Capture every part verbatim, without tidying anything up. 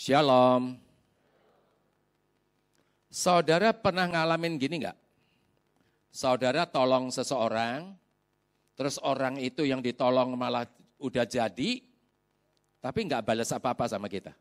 Shalom. Saudara pernah ngalamin gini enggak? Saudara tolong seseorang, terus orang itu yang ditolong malah udah jadi, tapi enggak balas apa-apa sama kita.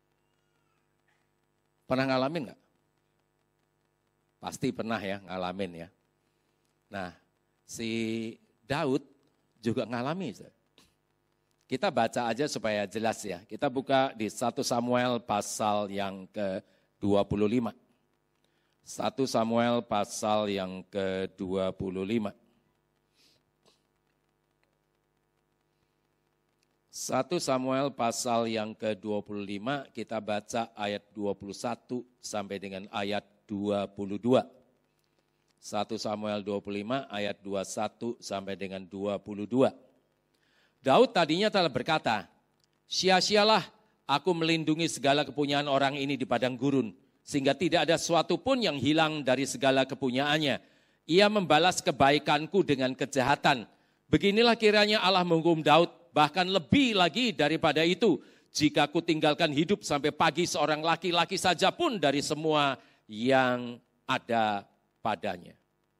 Pernah ngalamin enggak? Pasti pernah ya ngalamin ya. Nah, si Daud juga ngalami. Kita baca aja supaya jelas ya. Kita buka di satu Samuel pasal yang ke dua puluh lima. satu Samuel pasal yang ke dua puluh lima. satu Samuel pasal yang ke dua puluh lima, kita baca ayat dua puluh satu sampai dengan ayat dua puluh dua. satu Samuel dua puluh lima ayat dua puluh satu sampai dengan dua puluh dua. Daud tadinya telah berkata, "Sia-sialah aku melindungi segala kepunyaan orang ini di padang gurun, sehingga tidak ada sesuatu pun yang hilang dari segala kepunyaannya. Ia membalas kebaikanku dengan kejahatan. Beginilah kiranya Allah menghukum Daud, bahkan lebih lagi daripada itu, jika ku tinggalkan hidup sampai pagi seorang laki-laki saja pun dari semua yang ada padanya."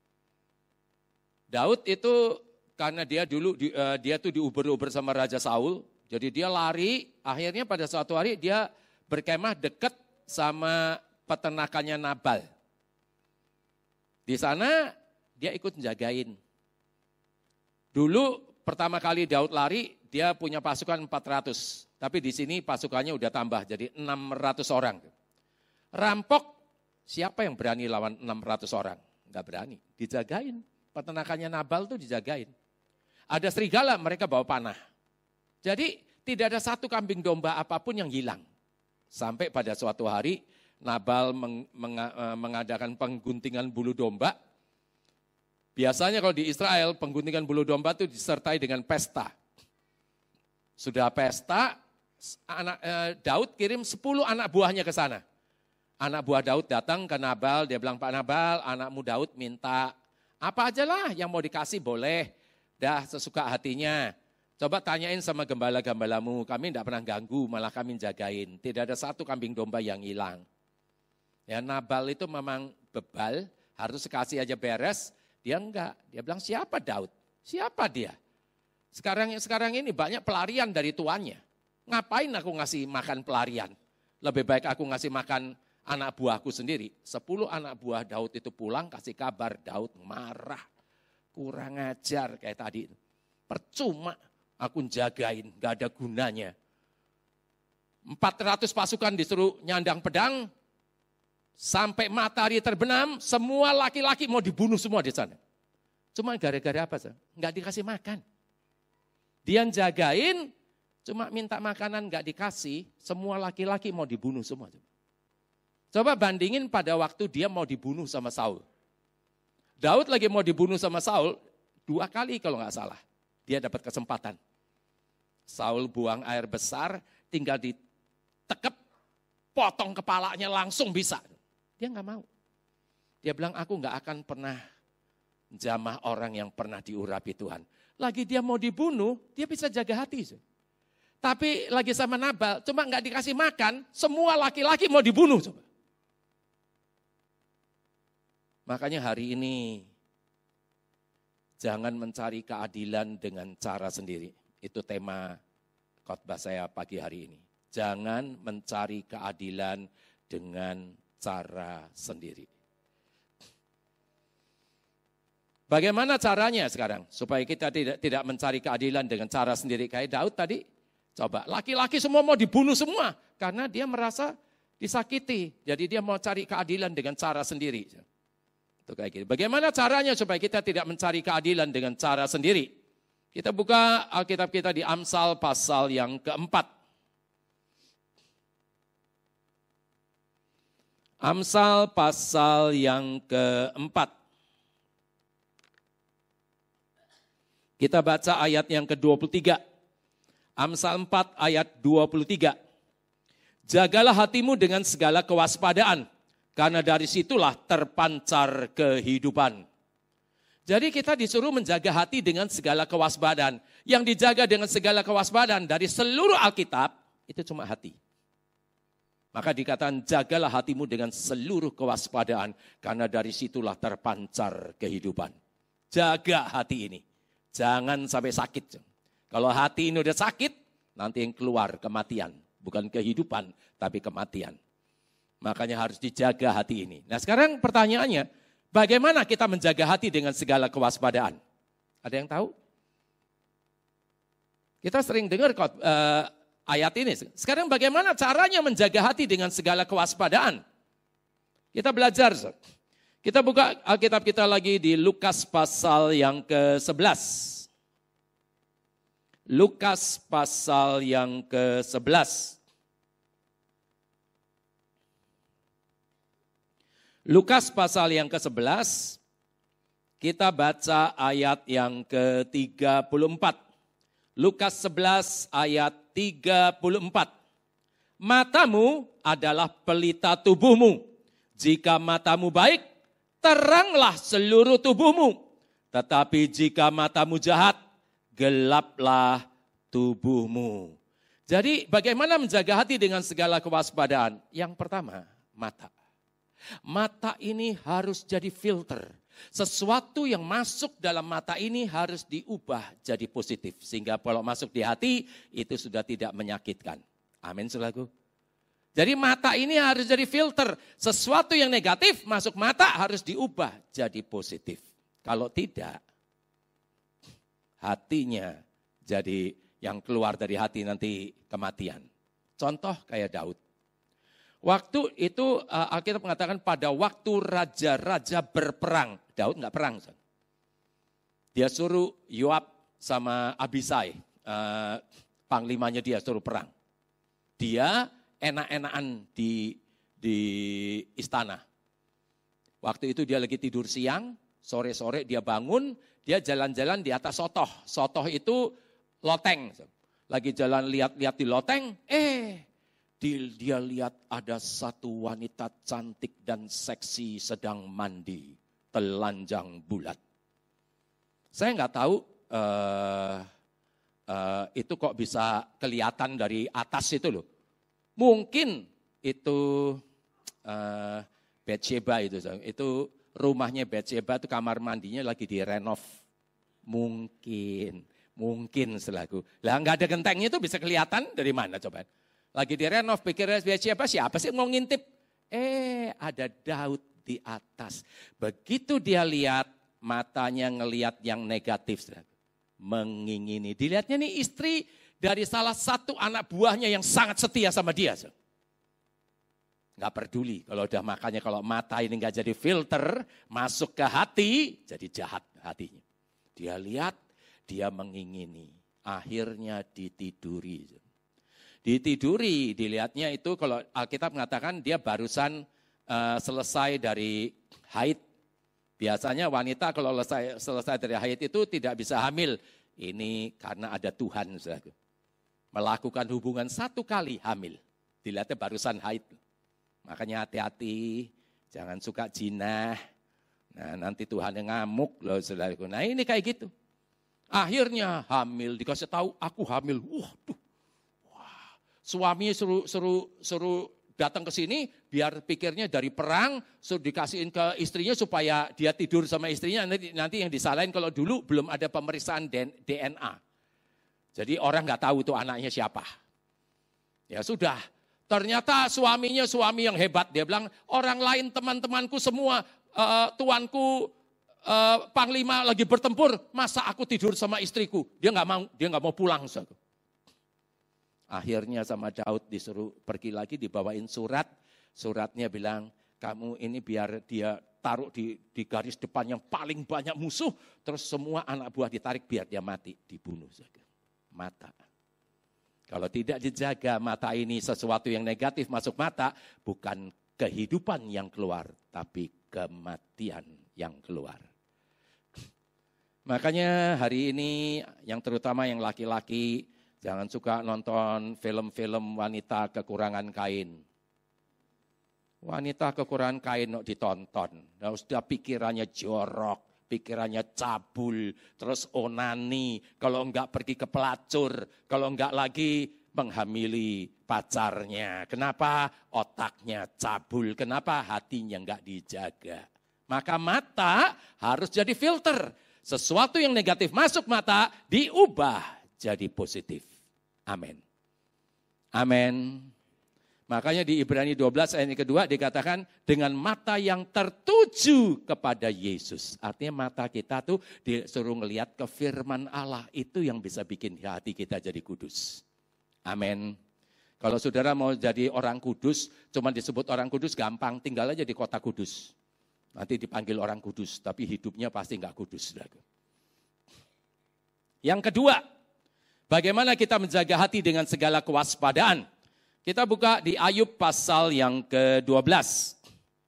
Daud itu karena dia dulu dia tuh diuber-uber sama Raja Saul, jadi dia lari, akhirnya pada suatu hari dia berkemah dekat sama peternakannya Nabal. Di sana dia ikut menjagain. Dulu pertama kali Daud lari, dia punya pasukan empat ratus. Tapi di sini pasukannya udah tambah jadi enam ratus orang. Rampok, siapa yang berani lawan enam ratus orang? Enggak berani, dijagain. Peternakannya Nabal tuh dijagain. Ada serigala, mereka bawa panah. Jadi tidak ada satu kambing domba apapun yang hilang. Sampai pada suatu hari Nabal meng, meng, mengadakan pengguntingan bulu domba. Biasanya kalau di Israel pengguntingan bulu domba itu disertai dengan pesta. Sudah pesta, anak, eh, Daud kirim sepuluh anak buahnya ke sana. Anak buah Daud datang ke Nabal, dia bilang, "Pak Nabal, anakmu Daud minta apa aja lah yang mau dikasih boleh, dah sesuka hatinya. Coba tanyain sama gembala-gembalamu, kami tidak pernah ganggu, malah kami jagain. Tidak ada satu kambing domba yang hilang." Ya, Nabal itu memang bebal, harus kasih aja beres. Dia enggak, dia bilang, "Siapa Daud? Siapa dia? Sekarang sekarang ini banyak pelarian dari tuannya. Ngapain aku ngasih makan pelarian? Lebih baik aku ngasih makan anak buahku sendiri." Sepuluh anak buah Daud itu pulang, kasih kabar, Daud marah. Kurang ajar kayak tadi. Percuma aku jagain, gak ada gunanya. empat ratus pasukan disuruh nyandang pedang, sampai matahari terbenam, semua laki-laki mau dibunuh semua di sana. Cuma gara-gara apa? Gak dikasih makan. Dia jagain, cuma minta makanan gak dikasih, semua laki-laki mau dibunuh semua. Coba bandingin pada waktu dia mau dibunuh sama Saul. Daud lagi mau dibunuh sama Saul, dua kali kalau nggak salah. Dia dapat kesempatan. Saul buang air besar, tinggal ditekep, potong kepalanya langsung bisa. Dia nggak mau. Dia bilang, "Aku nggak akan pernah jamah orang yang pernah diurapi Tuhan." Lagi dia mau dibunuh, dia bisa jaga hati. Tapi lagi sama Nabal, cuma nggak dikasih makan, semua laki-laki mau dibunuh. Coba. Makanya hari ini jangan mencari keadilan dengan cara sendiri. Itu tema khotbah saya pagi hari ini. Jangan mencari keadilan dengan cara sendiri. Bagaimana caranya sekarang supaya kita tidak tidak mencari keadilan dengan cara sendiri kayak Daud tadi? Coba, laki-laki semua mau dibunuh semua karena dia merasa disakiti. Jadi dia mau cari keadilan dengan cara sendiri. Itu kayak gitu. Bagaimana caranya supaya kita tidak mencari keadilan dengan cara sendiri? Kita buka Alkitab kita di Amsal pasal yang keempat. Amsal pasal yang keempat. Kita baca ayat yang ke dua puluh tiga. Amsal empat ayat dua puluh tiga. "Jagalah hatimu dengan segala kewaspadaan, karena dari situlah terpancar kehidupan." Jadi kita disuruh menjaga hati dengan segala kewaspadaan. Yang dijaga dengan segala kewaspadaan dari seluruh Alkitab, itu cuma hati. Maka dikatakan jagalah hatimu dengan seluruh kewaspadaan karena dari situlah terpancar kehidupan. Jaga hati ini. Jangan sampai sakit. Kalau hati ini udah sakit, nanti yang keluar kematian. Bukan kehidupan, tapi kematian. Makanya harus dijaga hati ini. Nah sekarang pertanyaannya, bagaimana kita menjaga hati dengan segala kewaspadaan? Ada yang tahu? Kita sering dengar uh, ayat ini. Sekarang bagaimana caranya menjaga hati dengan segala kewaspadaan? Kita belajar. Kita buka Alkitab kita lagi di Lukas pasal yang ke sebelas. Lukas pasal yang ke sebelas. Lukas pasal yang ke sebelas, kita baca ayat yang ke tiga puluh empat. Lukas sebelas ayat tiga puluh empat. Matamu adalah pelita tubuhmu. Jika matamu baik, teranglah seluruh tubuhmu. Tetapi jika matamu jahat, gelaplah tubuhmu. Jadi bagaimana menjaga hati dengan segala kewaspadaan? Yang pertama, mata. Mata ini harus jadi filter. Sesuatu yang masuk dalam mata ini harus diubah jadi positif. Sehingga kalau masuk di hati, itu sudah tidak menyakitkan. Amin, saudaraku. Jadi mata ini harus jadi filter. Sesuatu yang negatif masuk mata harus diubah jadi positif. Kalau tidak, hatinya jadi yang keluar dari hati nanti kematian. Contoh kayak Daud. Waktu itu Alkitab mengatakan pada waktu raja-raja berperang. Daud enggak perang. Dia suruh Yoab sama Abisai, uh, panglimanya dia suruh perang. Dia enak-enakan di, di istana. Waktu itu dia lagi tidur siang, sore-sore dia bangun, dia jalan-jalan di atas sotoh. Sotoh itu loteng. Lagi jalan lihat-lihat di loteng, eh dia lihat ada satu wanita cantik dan seksi sedang mandi, telanjang bulat. Saya nggak tahu uh, uh, itu kok bisa kelihatan dari atas itu loh. Mungkin itu uh, Batsheba itu, itu rumahnya Batsheba itu kamar mandinya lagi direnov. Mungkin, mungkin selaku. Lah nggak ada gentengnya itu bisa kelihatan dari mana coba? Lagi direnov, pikirnya siapa siapa sih mau ngintip? Eh ada Daud di atas. Begitu dia lihat, matanya ngelihat yang negatif. Mengingini. Dilihatnya nih istri dari salah satu anak buahnya yang sangat setia sama dia. Gak peduli kalau udah makanya kalau mata ini gak jadi filter, masuk ke hati, jadi jahat hatinya. Dia lihat, dia mengingini. Akhirnya ditiduri. Ditiduri, dilihatnya itu kalau Alkitab mengatakan dia barusan uh, selesai dari haid. Biasanya wanita kalau selesai, selesai dari haid itu tidak bisa hamil. Ini karena ada Tuhan. Saudara. Melakukan hubungan satu kali hamil. Dilihatnya barusan haid. Makanya hati-hati, jangan suka jinah. Nah nanti Tuhan yang ngamuk loh saudaraku. Nah ini kayak gitu. Akhirnya hamil, dikasih tahu aku hamil. Wah, tuh. Suaminya suruh suruh suruh datang ke sini biar pikirnya dari perang, suruh dikasihin ke istrinya supaya dia tidur sama istrinya. Nanti, nanti yang disalahin kalau dulu belum ada pemeriksaan D N A. Jadi orang nggak tahu itu anaknya siapa. Ya sudah, ternyata suaminya suami yang hebat. Dia bilang orang lain teman-temanku semua, uh, tuanku uh, panglima lagi bertempur, masa aku tidur sama istriku? Dia nggak mau, dia nggak mau pulang. So. Akhirnya sama Daud disuruh pergi lagi, dibawain surat. Suratnya bilang, kamu ini biar dia taruh di, di garis depan yang paling banyak musuh. Terus semua anak buah ditarik biar dia mati, dibunuh. Mata. Kalau tidak dijaga mata ini sesuatu yang negatif masuk mata. Bukan kehidupan yang keluar, tapi kematian yang keluar. Makanya hari ini yang terutama yang laki-laki, jangan suka nonton film-film wanita kekurangan kain. Wanita kekurangan kain no, ditonton. Nah, sudah pikirannya jorok, pikirannya cabul, terus onani. Kalau enggak pergi ke pelacur, kalau enggak lagi menghamili pacarnya. Kenapa? Otaknya cabul. Kenapa? Hatinya enggak dijaga. Maka mata harus jadi filter. Sesuatu yang negatif masuk mata diubah jadi positif. Amin. Amin. Makanya di Ibrani dua belas ayat yang kedua dikatakan dengan mata yang tertuju kepada Yesus. Artinya mata kita tuh disuruh ngelihat ke firman Allah. Itu yang bisa bikin hati kita jadi kudus. Amin. Kalau saudara mau jadi orang kudus, cuma disebut orang kudus gampang. Tinggal aja di kota kudus. Nanti dipanggil orang kudus, tapi hidupnya pasti enggak kudus. Yang kedua, bagaimana kita menjaga hati dengan segala kewaspadaan? Kita buka di Ayub pasal yang ke dua belas.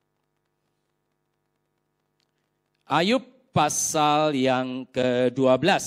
Ayub pasal yang ke dua belas.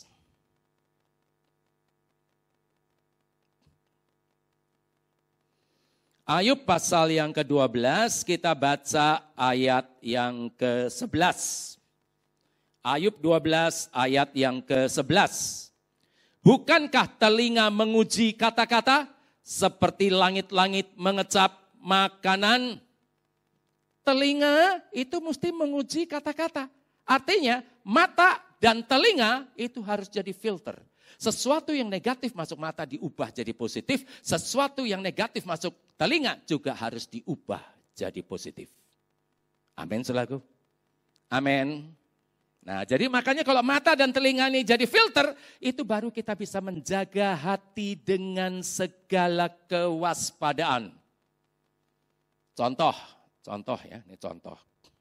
Ayub pasal yang ke dua belas, kita baca ayat yang ke sebelas. Ayub dua belas ayat yang ke sebelas. Bukankah telinga menguji kata-kata? Seperti langit-langit mengecap makanan. Telinga itu mesti menguji kata-kata. Artinya mata dan telinga itu harus jadi filter. Sesuatu yang negatif masuk mata diubah jadi positif. Sesuatu yang negatif masuk telinga juga harus diubah jadi positif. Amin selaku. Amin. Nah, jadi makanya kalau mata dan telinga ini jadi filter, itu baru kita bisa menjaga hati dengan segala kewaspadaan. Contoh, contoh ya, ini contoh.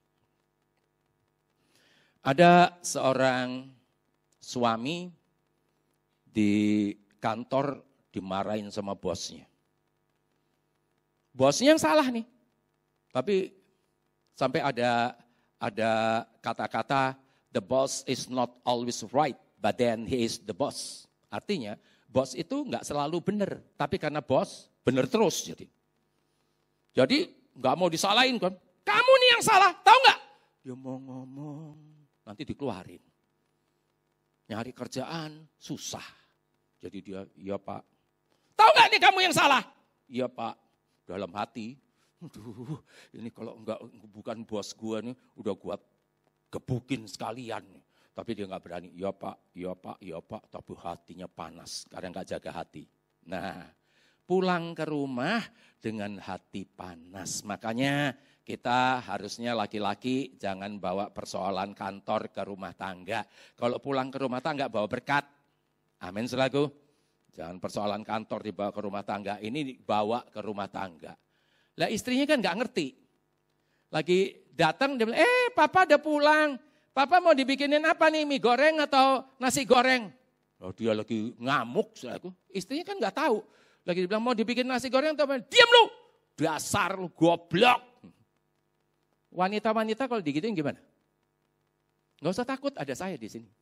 Ada seorang suami di kantor dimarahin sama bosnya. Bosnya yang salah nih. Tapi sampai ada ada kata-kata the boss is not always right, but then he is the boss. Artinya, bos itu enggak selalu benar, tapi karena bos, benar terus. Jadi, jadi enggak mau disalahin kan. Kamu nih yang salah, tahu enggak? Dia mau ngomong, nanti dikeluarin. Nyari kerjaan, susah. Jadi dia, iya Pak. Tahu enggak nih kamu yang salah? Iya Pak, dalam hati. Aduh, ini kalau enggak bukan bos gua nih, udah gua gebukin sekalian. Tapi dia nggak berani, ya Pak, ya Pak, ya Pak. Tapi hatinya panas, karena nggak jaga hati. Nah, pulang ke rumah dengan hati panas. Makanya kita harusnya laki-laki jangan bawa persoalan kantor ke rumah tangga. Kalau pulang ke rumah tangga bawa berkat. Amin selaku. Jangan persoalan kantor dibawa ke rumah tangga, ini dibawa ke rumah tangga. Lah istrinya kan nggak ngerti. Lagi datang dia bilang, eh papa udah pulang. Papa mau dibikinin apa nih, mie goreng atau nasi goreng? Oh, dia lagi ngamuk. Aku. Istrinya kan gak tahu. Lagi dibilang mau dibikin nasi goreng atau apa? Diam lu, dasar lu goblok. Wanita-wanita kalau digituin gimana? Gak usah takut, ada saya di sini.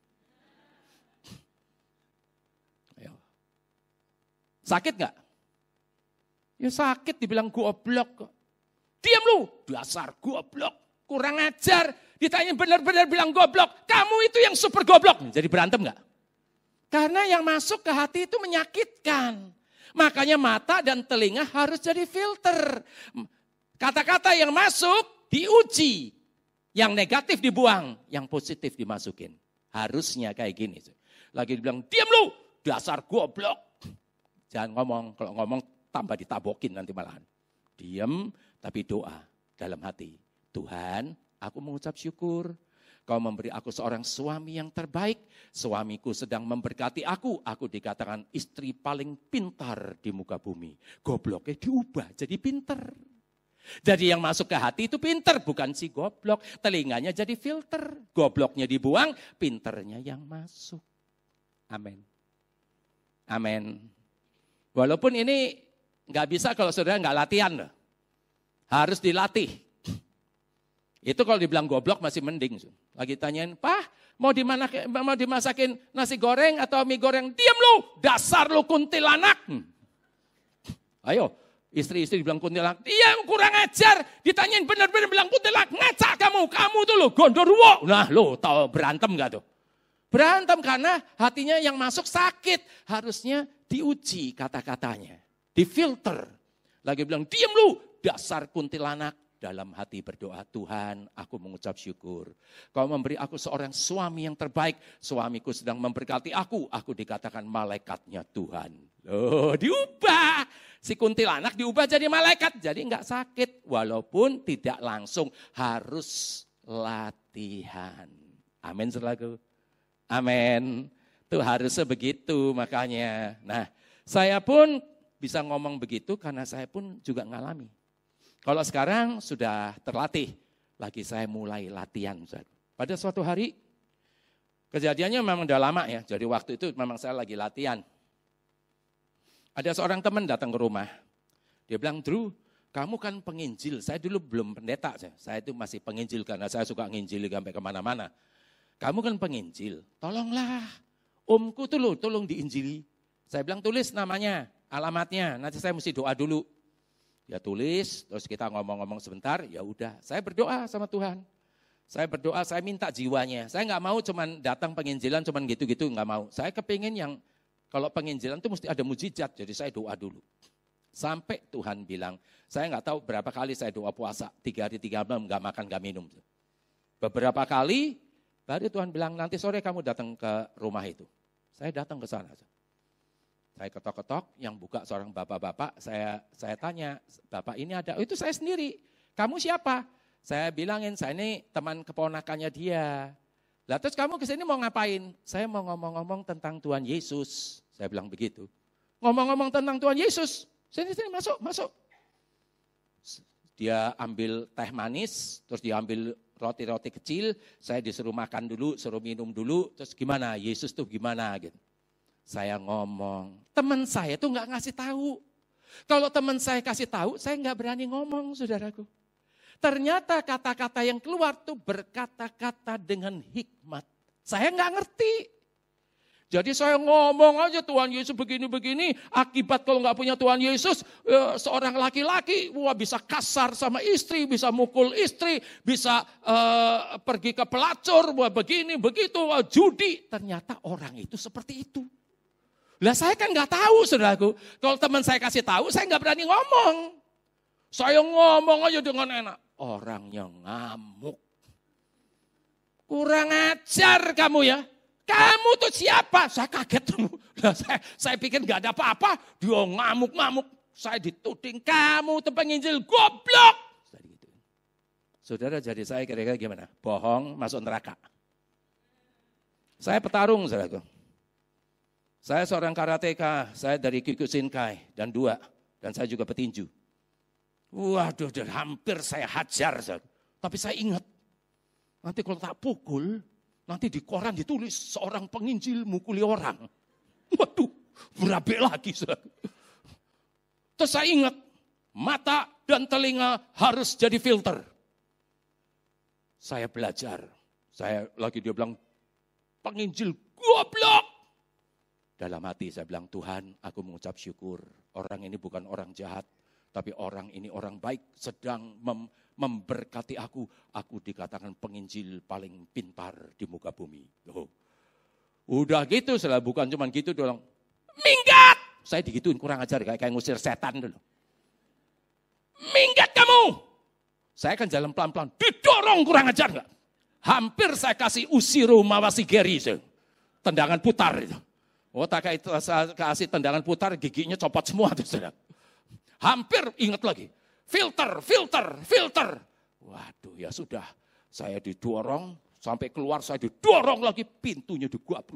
Ayo. Sakit gak? Ya sakit dibilang goblok. Diam lu, dasar goblok, kurang ajar. Ditanya benar-benar bilang goblok, kamu itu yang super goblok. Jadi berantem gak? Karena yang masuk ke hati itu menyakitkan. Makanya mata dan telinga harus jadi filter. Kata-kata yang masuk diuji. Yang negatif dibuang, yang positif dimasukin. Harusnya kayak gini. Lagi dibilang, diam lu, dasar goblok. Jangan ngomong, kalau ngomong tambah ditabokin nanti malahan. Diam. Tapi doa dalam hati, Tuhan aku mengucap syukur, kau memberi aku seorang suami yang terbaik, suamiku sedang memberkati aku, aku dikatakan istri paling pintar di muka bumi. Gobloknya diubah jadi pintar. Jadi yang masuk ke hati itu pintar, bukan si goblok. Telinganya jadi filter, gobloknya dibuang, pinternya yang masuk. Amin. Amin. Walaupun ini nggak bisa kalau saudara nggak latihan loh. Harus dilatih. Itu kalau dibilang goblok masih mending. Lagi tanyain, Pak mau, dimana, mau dimasakin nasi goreng atau mie goreng? Diam lu, dasar lu kuntilanak. Hmm. Ayo, istri-istri dibilang kuntilanak. Diam, kurang ajar. Ditanyain benar-benar bilang kuntilanak. Ngaca kamu, kamu tuh lu gondorwo. Nah lu tahu berantem gak tuh? Berantem karena hatinya yang masuk sakit. Harusnya diuji kata-katanya, difilter. Lagi bilang, diam lu, dasar kuntilanak. Dalam hati berdoa, Tuhan aku mengucap syukur. Kau memberi aku seorang suami yang terbaik. Suamiku sedang memberkati aku. Aku dikatakan malaikatnya Tuhan. Loh, diubah. Si kuntilanak diubah jadi malaikat. Jadi enggak sakit. Walaupun tidak langsung, harus latihan. Amin saudaraku. Amin. Itu harusnya begitu makanya. Nah, saya pun bisa ngomong begitu karena saya pun juga ngalami. Kalau sekarang sudah terlatih, lagi saya mulai latihan. Pada suatu hari, kejadiannya memang udah lama ya, jadi waktu itu memang saya lagi latihan. Ada seorang teman datang ke rumah, dia bilang, Drew, kamu kan penginjil, saya dulu belum pendeta, saya itu masih penginjil karena saya suka nginjil sampai kemana-mana. Kamu kan penginjil, tolonglah, omku tuh loh, tolong diinjili. Saya bilang tulis namanya, alamatnya, nanti saya mesti doa dulu. Ya tulis, terus kita ngomong-ngomong sebentar, ya udah. Saya berdoa sama Tuhan. Saya berdoa, saya minta jiwanya. Saya nggak mau cuman datang penginjilan, cuman gitu-gitu, nggak mau. Saya kepingin yang, kalau penginjilan itu mesti ada mujizat, jadi saya doa dulu. Sampai Tuhan bilang, saya nggak tahu berapa kali saya doa puasa, tiga hari tiga malam, nggak makan, nggak minum. Beberapa kali, baru Tuhan bilang, nanti sore kamu datang ke rumah itu. Saya datang ke sana. Saya ketok-ketok, yang buka seorang bapak-bapak, saya saya tanya, bapak ini ada, oh itu saya sendiri, kamu siapa? Saya bilangin, saya ini teman keponakannya dia. Lah terus kamu kesini mau ngapain? Saya mau ngomong-ngomong tentang Tuhan Yesus, saya bilang begitu. Ngomong-ngomong tentang Tuhan Yesus, sini sini masuk, masuk. Dia ambil teh manis, terus dia ambil roti-roti kecil, saya disuruh makan dulu, suruh minum dulu, terus gimana, Yesus tuh gimana gitu. Saya ngomong, teman saya tuh nggak ngasih tahu. Kalau teman saya kasih tahu, saya nggak berani ngomong, saudaraku. Ternyata kata-kata yang keluar tuh berkata-kata dengan hikmat. Saya nggak ngerti. Jadi saya ngomong aja Tuhan Yesus begini-begini, akibat kalau nggak punya Tuhan Yesus, seorang laki-laki wah bisa kasar sama istri, bisa mukul istri, bisa uh, pergi ke pelacur, wah begini, begitu, wah judi. Ternyata orang itu seperti itu. Lah saya kan nggak tahu, saudaraku. Kalau teman saya kasih tahu, saya nggak berani ngomong. Saya ngomong aja dengan enak. Orangnya ngamuk. Kurang ajar kamu ya. Kamu tuh siapa? Saya kaget. Nah, saya, saya pikir nggak ada apa-apa. Dia ngamuk-ngamuk. Saya dituding kamu tuh penginjil goblok. Saudara, jadi saya kira-kira gimana? Bohong masuk neraka. Saya petarung, saudaraku. Saya seorang karateka, saya dari Kyokushinkai dan dua, dan saya juga petinju. Waduh, hampir saya hajar, saudara. Tapi saya ingat, nanti kalau tak pukul, nanti di koran ditulis seorang penginjil mukuli orang. Waduh, berabe lagi, saudara. Terus saya ingat, mata dan telinga harus jadi filter. Saya belajar, saya lagi dia bilang, penginjil goblok. Dalam hati saya bilang, Tuhan aku mengucap syukur. Orang ini bukan orang jahat. Tapi orang ini orang baik. Sedang mem- memberkati aku. Aku dikatakan penginjil paling pintar di muka bumi. Oh. Udah gitu, setelah bukan cuma gitu. Dia bilang, minggat. Saya digituin kurang ajar. Kayak, kayak ngusir setan dulu. Minggat kamu. Saya kan jalan pelan-pelan. Didorong kurang ajar gak? Hampir saya kasih usiru mawasigeri. Tendangan putar itu. Oh tak kayak kasih tendangan putar, giginya copot semua. Tuh, saudara. Hampir ingat lagi. Filter, filter, filter. Waduh ya sudah. Saya didorong, sampai keluar saya didorong lagi. Pintunya digabung.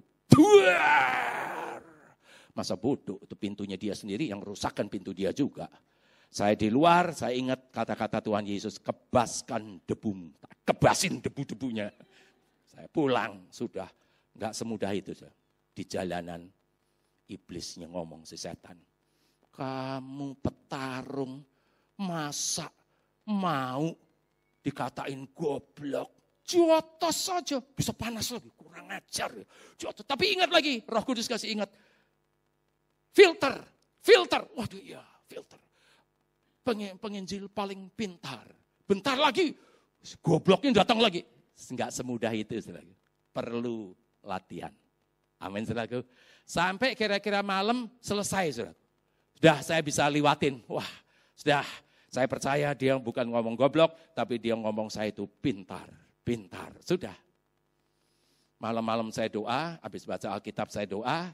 Duar. Masa bodoh, itu pintunya dia sendiri yang rusakkan pintu dia juga. Saya di luar, saya ingat kata-kata Tuhan Yesus. Kebaskan debu, kebasin debu-debunya. Saya pulang, sudah. Enggak semudah itu, saudara. Di jalanan, iblisnya ngomong si setan. Kamu petarung, masa mau dikatain goblok? Jotos saja, bisa panas lagi, kurang ajar. Jotos. Tapi ingat lagi, Roh Kudus kasih ingat. Filter, filter, waduh iya filter. Penginjil paling pintar. Bentar lagi, gobloknya datang lagi. Enggak semudah itu, perlu latihan. Amin, saudaraku. Sampai kira-kira malam selesai, saudara. Sudah saya bisa lewatin. Wah, sudah saya percaya dia bukan ngomong goblok, tapi dia ngomong saya itu pintar, pintar. Sudah. Malam-malam saya doa, habis baca Alkitab saya doa.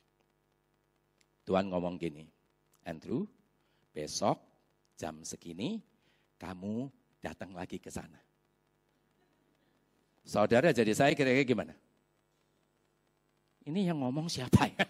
Tuhan ngomong gini, Andrew, besok jam segini kamu datang lagi ke sana. Saudara, jadi saya kira-kira gimana? Ini yang ngomong siapa ya?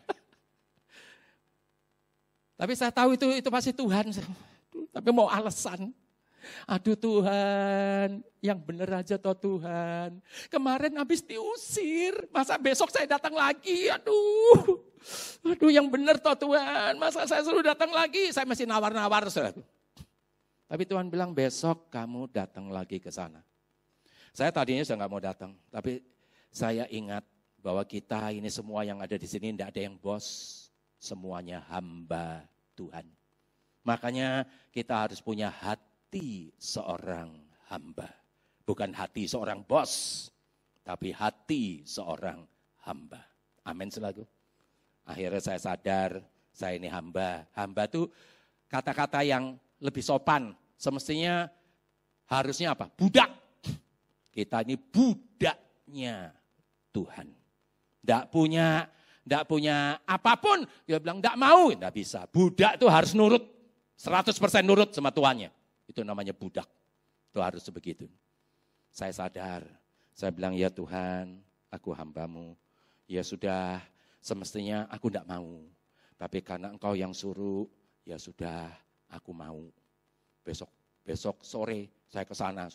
Tapi saya tahu itu itu pasti Tuhan. Tapi mau alasan. Aduh Tuhan, yang benar aja toh Tuhan. Kemarin habis diusir, masa besok saya datang lagi? Aduh, aduh yang benar toh Tuhan. Masa saya suruh datang lagi? Saya masih nawar-nawar. Tapi Tuhan bilang besok kamu datang lagi ke sana. Saya tadinya sudah nggak mau datang, tapi saya ingat bahwa kita ini semua yang ada di sini tidak ada yang bos, semuanya hamba Tuhan. Makanya kita harus punya hati seorang hamba. Bukan hati seorang bos, tapi hati seorang hamba. Amin selalu. Akhirnya saya sadar, saya ini hamba. Hamba itu kata-kata yang lebih sopan. Semestinya harusnya apa? Budak. Kita ini budaknya Tuhan. Tidak punya, tidak punya apapun. Dia bilang tidak mau, tidak bisa. Budak itu harus nurut, seratus persen nurut sama tuannya. Itu namanya budak. Itu harus begitu. Saya sadar, saya bilang ya Tuhan, aku hambamu. Ya sudah, semestinya aku tidak mau. Tapi karena engkau yang suruh, ya sudah aku mau. Besok, besok sore saya ke sana.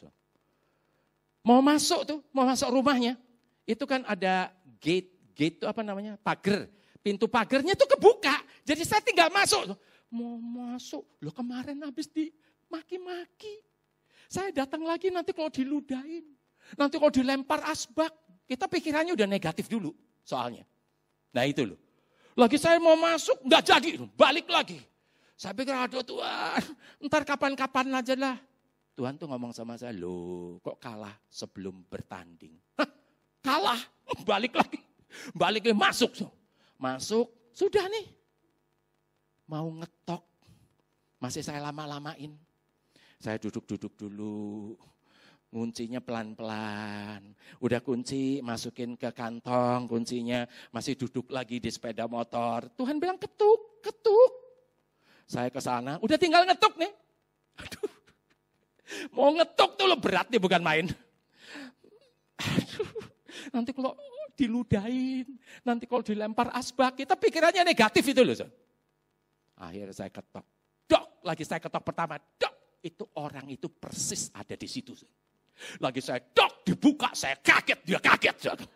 Mau masuk tuh, mau masuk rumahnya. Itu kan ada gate. Gate itu apa namanya? Pagar. Pintu pagarnya itu kebuka. Jadi saya tinggal masuk. Mau masuk. Loh kemarin habis dimaki-maki. Saya datang lagi nanti kalau diludahin. Nanti kalau dilempar asbak. Kita pikirannya udah negatif dulu soalnya. Nah itu loh. Lagi saya mau masuk, nggak jadi. Balik lagi. Saya pikir aduh Tuhan. Ntar kapan-kapan aja lah. Tuhan tuh ngomong sama saya, loh kok kalah sebelum bertanding. Hah, kalah, balik lagi. Balik lagi, masuk. Masuk, sudah nih. Mau ngetok, masih saya lama-lamain. Saya duduk-duduk dulu, nguncinya pelan-pelan. Udah kunci, masukin ke kantong kuncinya, masih duduk lagi di sepeda motor. Tuhan bilang ketuk, ketuk. Saya ke sana, udah tinggal ngetuk nih. Aduh, mau ngetuk tuh lo berat nih, bukan main. Aduh, nanti kalau diludahin, nanti kalau dilempar asbak, kita pikirannya negatif itu loh. Akhirnya saya ketok, dok, lagi saya ketok pertama, dok, itu orang itu persis ada di situ. Lagi saya dok, dibuka, saya kaget, dia kaget.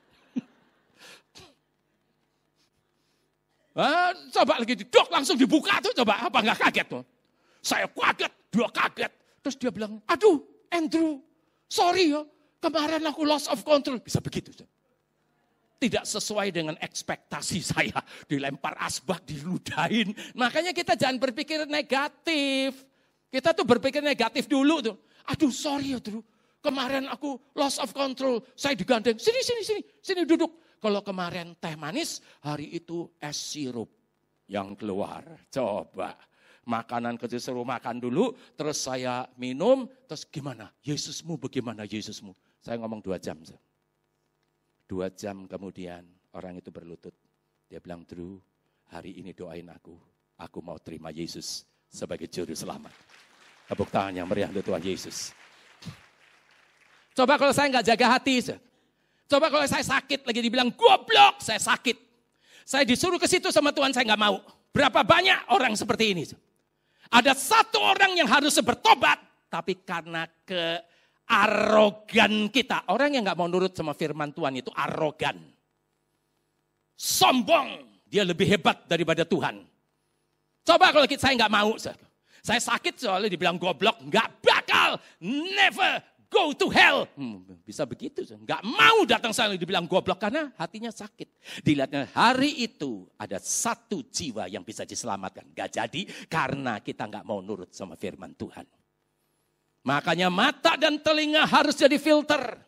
Ah, coba lagi dok, langsung dibuka tuh, coba apa nggak kaget tuh? Saya kaget, dia kaget. Terus dia bilang, aduh Andrew, sorry ya, kemarin aku loss of control. Bisa begitu. Tidak sesuai dengan ekspektasi saya. Dilempar asbak, diludahin. Makanya kita jangan berpikir negatif. Kita tuh berpikir negatif dulu tuh. Aduh sorry ya Drew, kemarin aku loss of control. Saya digandeng, sini, sini, sini, sini duduk. Kalau kemarin teh manis, hari itu es sirup yang keluar. Coba. Makanan kecil suruh makan dulu, terus saya minum, terus gimana? Yesusmu bagaimana Yesusmu? Saya ngomong dua jam. Dua jam kemudian orang itu berlutut. Dia bilang, Drew, hari ini doain aku. Aku mau terima Yesus sebagai juru selamat. Tepuk tangan yang meriah untuk Tuhan Yesus. Coba kalau saya nggak jaga hati. Coba kalau saya sakit, lagi dibilang goblok, saya sakit. Saya disuruh ke situ sama Tuhan, saya nggak mau. Berapa banyak orang seperti ini? Ada satu orang yang harus bertobat, tapi karena kearogan kita. Orang yang nggak mau nurut sama firman Tuhan itu arogan. Sombong, dia lebih hebat daripada Tuhan. Coba kalau saya nggak mau. Saya sakit soalnya dibilang goblok, nggak bakal, never go to hell. Hmm, bisa begitu, nggak mau datang sana dibilang goblok karena hatinya sakit. Dilihatnya hari itu ada satu jiwa yang bisa diselamatkan. Nggak jadi karena kita nggak mau nurut sama firman Tuhan. Makanya mata dan telinga harus jadi filter.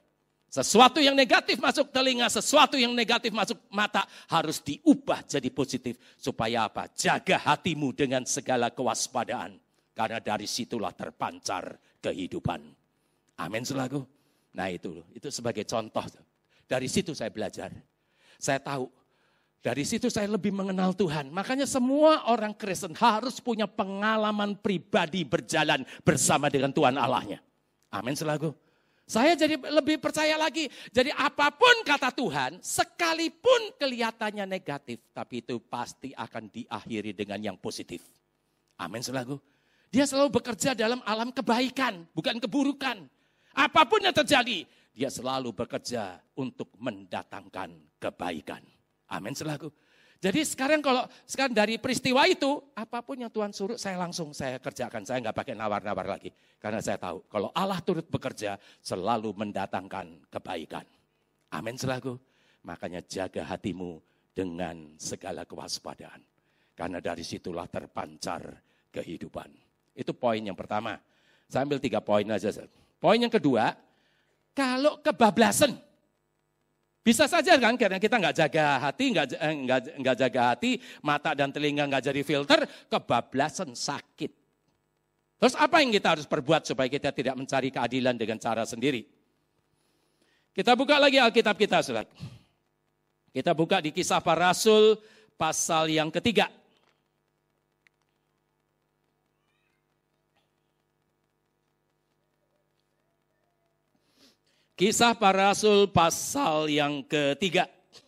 Sesuatu yang negatif masuk telinga, sesuatu yang negatif masuk mata harus diubah jadi positif. Supaya apa? Jaga hatimu dengan segala kewaspadaan. Karena dari situlah terpancar kehidupan. Amin saudaraku. Nah itu, itu sebagai contoh. Dari situ saya belajar. Saya tahu, dari situ saya lebih mengenal Tuhan. Makanya semua orang Kristen harus punya pengalaman pribadi berjalan bersama dengan Tuhan Allahnya. Amin saudaraku. Saya jadi lebih percaya lagi. Jadi apapun kata Tuhan, sekalipun kelihatannya negatif, tapi itu pasti akan diakhiri dengan yang positif. Amin saudaraku. Dia selalu bekerja dalam alam kebaikan, bukan keburukan. Apapun yang terjadi, dia selalu bekerja untuk mendatangkan kebaikan. Amin saudaraku. Jadi sekarang kalau sekarang dari peristiwa itu, apapun yang Tuhan suruh saya langsung saya kerjakan. Saya nggak pakai nawar-nawar lagi. Karena saya tahu kalau Allah turut bekerja selalu mendatangkan kebaikan. Amin saudaraku. Makanya jaga hatimu dengan segala kewaspadaan. Karena dari situlah terpancar kehidupan. Itu poin yang pertama. Saya ambil tiga poin aja. Poin yang kedua, kalau kebablasan. Bisa saja kan karena kita nggak jaga hati, nggak nggak nggak jaga hati, mata dan telinga nggak jadi filter, kebablasan sakit. Terus apa yang kita harus perbuat supaya kita tidak mencari keadilan dengan cara sendiri? Kita buka lagi Alkitab kita, saudara. Kita buka di Kisah Para Rasul pasal yang ketiga. Kisah Para Rasul pasal yang ketiga.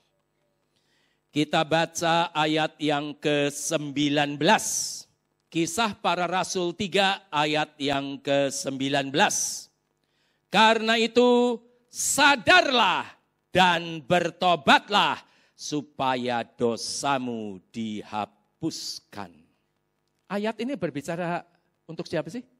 Kita baca ayat yang ke sembilan belas. Kisah Para Rasul tiga ayat yang ke sembilan belas. Karena itu sadarlah dan bertobatlah supaya dosamu dihapuskan. Ayat ini berbicara untuk siapa sih?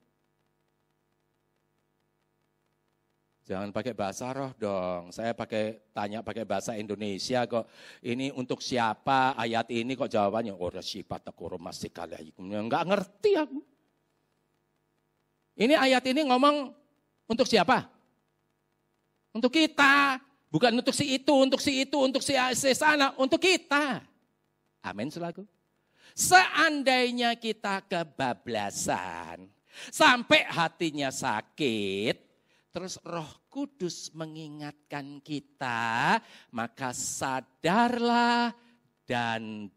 Jangan pakai bahasa roh dong. Saya pakai tanya pakai bahasa Indonesia kok. Ini untuk siapa ayat ini kok jawabannya ora sifat takuro masih kalaikum. Enggak ngerti aku. Ini ayat ini ngomong untuk siapa? Untuk kita. Bukan untuk si itu, untuk si itu, untuk si, si sana. Untuk kita. Amin saudaraku. Seandainya kita kebablasan. Sampai hatinya sakit. Terus Roh Kudus mengingatkan kita, maka sadarlah dan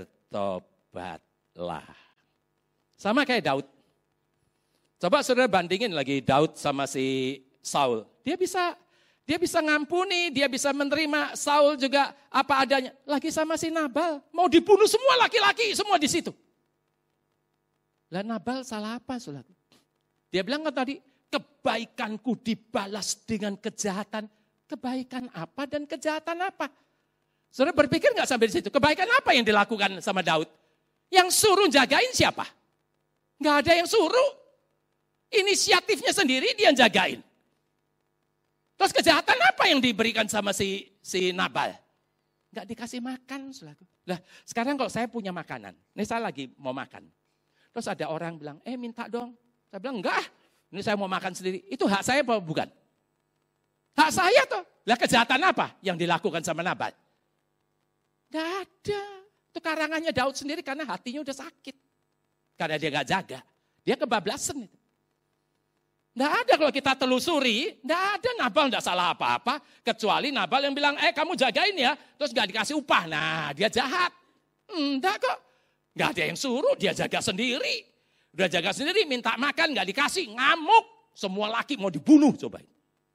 bertobatlah. Sama kayak Daud. Coba saudara bandingin lagi Daud sama si Saul. Dia bisa dia bisa ngampuni, dia bisa menerima. Saul juga apa adanya. Lagi sama si Nabal, mau dibunuh semua laki-laki, semua di situ. Lah Nabal salah apa saudara? Dia bilang kan tadi, kebaikanku dibalas dengan kejahatan. Kebaikan apa dan kejahatan apa? Saudara berpikir nggak sampai di situ? Kebaikan apa yang dilakukan sama Daud? Yang suruh jagain siapa? Nggak ada yang suruh. Inisiatifnya sendiri dia jagain. Terus kejahatan apa yang diberikan sama si si Nabal? Nggak dikasih makan, saudara. Lah sekarang kalau saya punya makanan, ini saya lagi mau makan. Terus ada orang bilang, eh minta dong. Saya bilang enggak. Ini saya mau makan sendiri. Itu hak saya apa bukan? Hak saya tuh. Lah kejahatan apa yang dilakukan sama Nabal? Gak ada. Itu karangannya Daud sendiri karena hatinya udah sakit. Karena dia gak jaga. Dia kebablasan itu. Gak ada kalau kita telusuri. Gak ada Nabal gak salah apa-apa. Kecuali Nabal yang bilang, eh kamu jagain ya. Terus gak dikasih upah. Nah dia jahat. Enggak kok. Gak ada yang suruh. Dia jaga sendiri. Udah jaga sendiri, minta makan, gak dikasih, ngamuk. Semua laki mau dibunuh, cobain.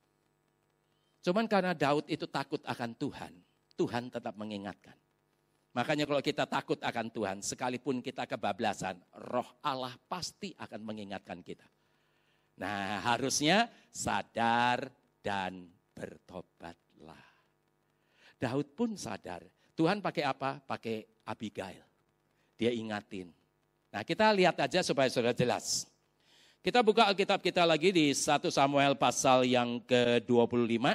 Cuman karena Daud itu takut akan Tuhan, Tuhan tetap mengingatkan. Makanya kalau kita takut akan Tuhan, sekalipun kita kebablasan, Roh Allah pasti akan mengingatkan kita. Nah harusnya sadar dan bertobatlah. Daud pun sadar. Tuhan pakai apa? Pakai Abigail. Dia ingatin. Nah kita lihat aja supaya sudah jelas. Kita buka Alkitab kita lagi di satu Samuel pasal yang ke dua puluh lima.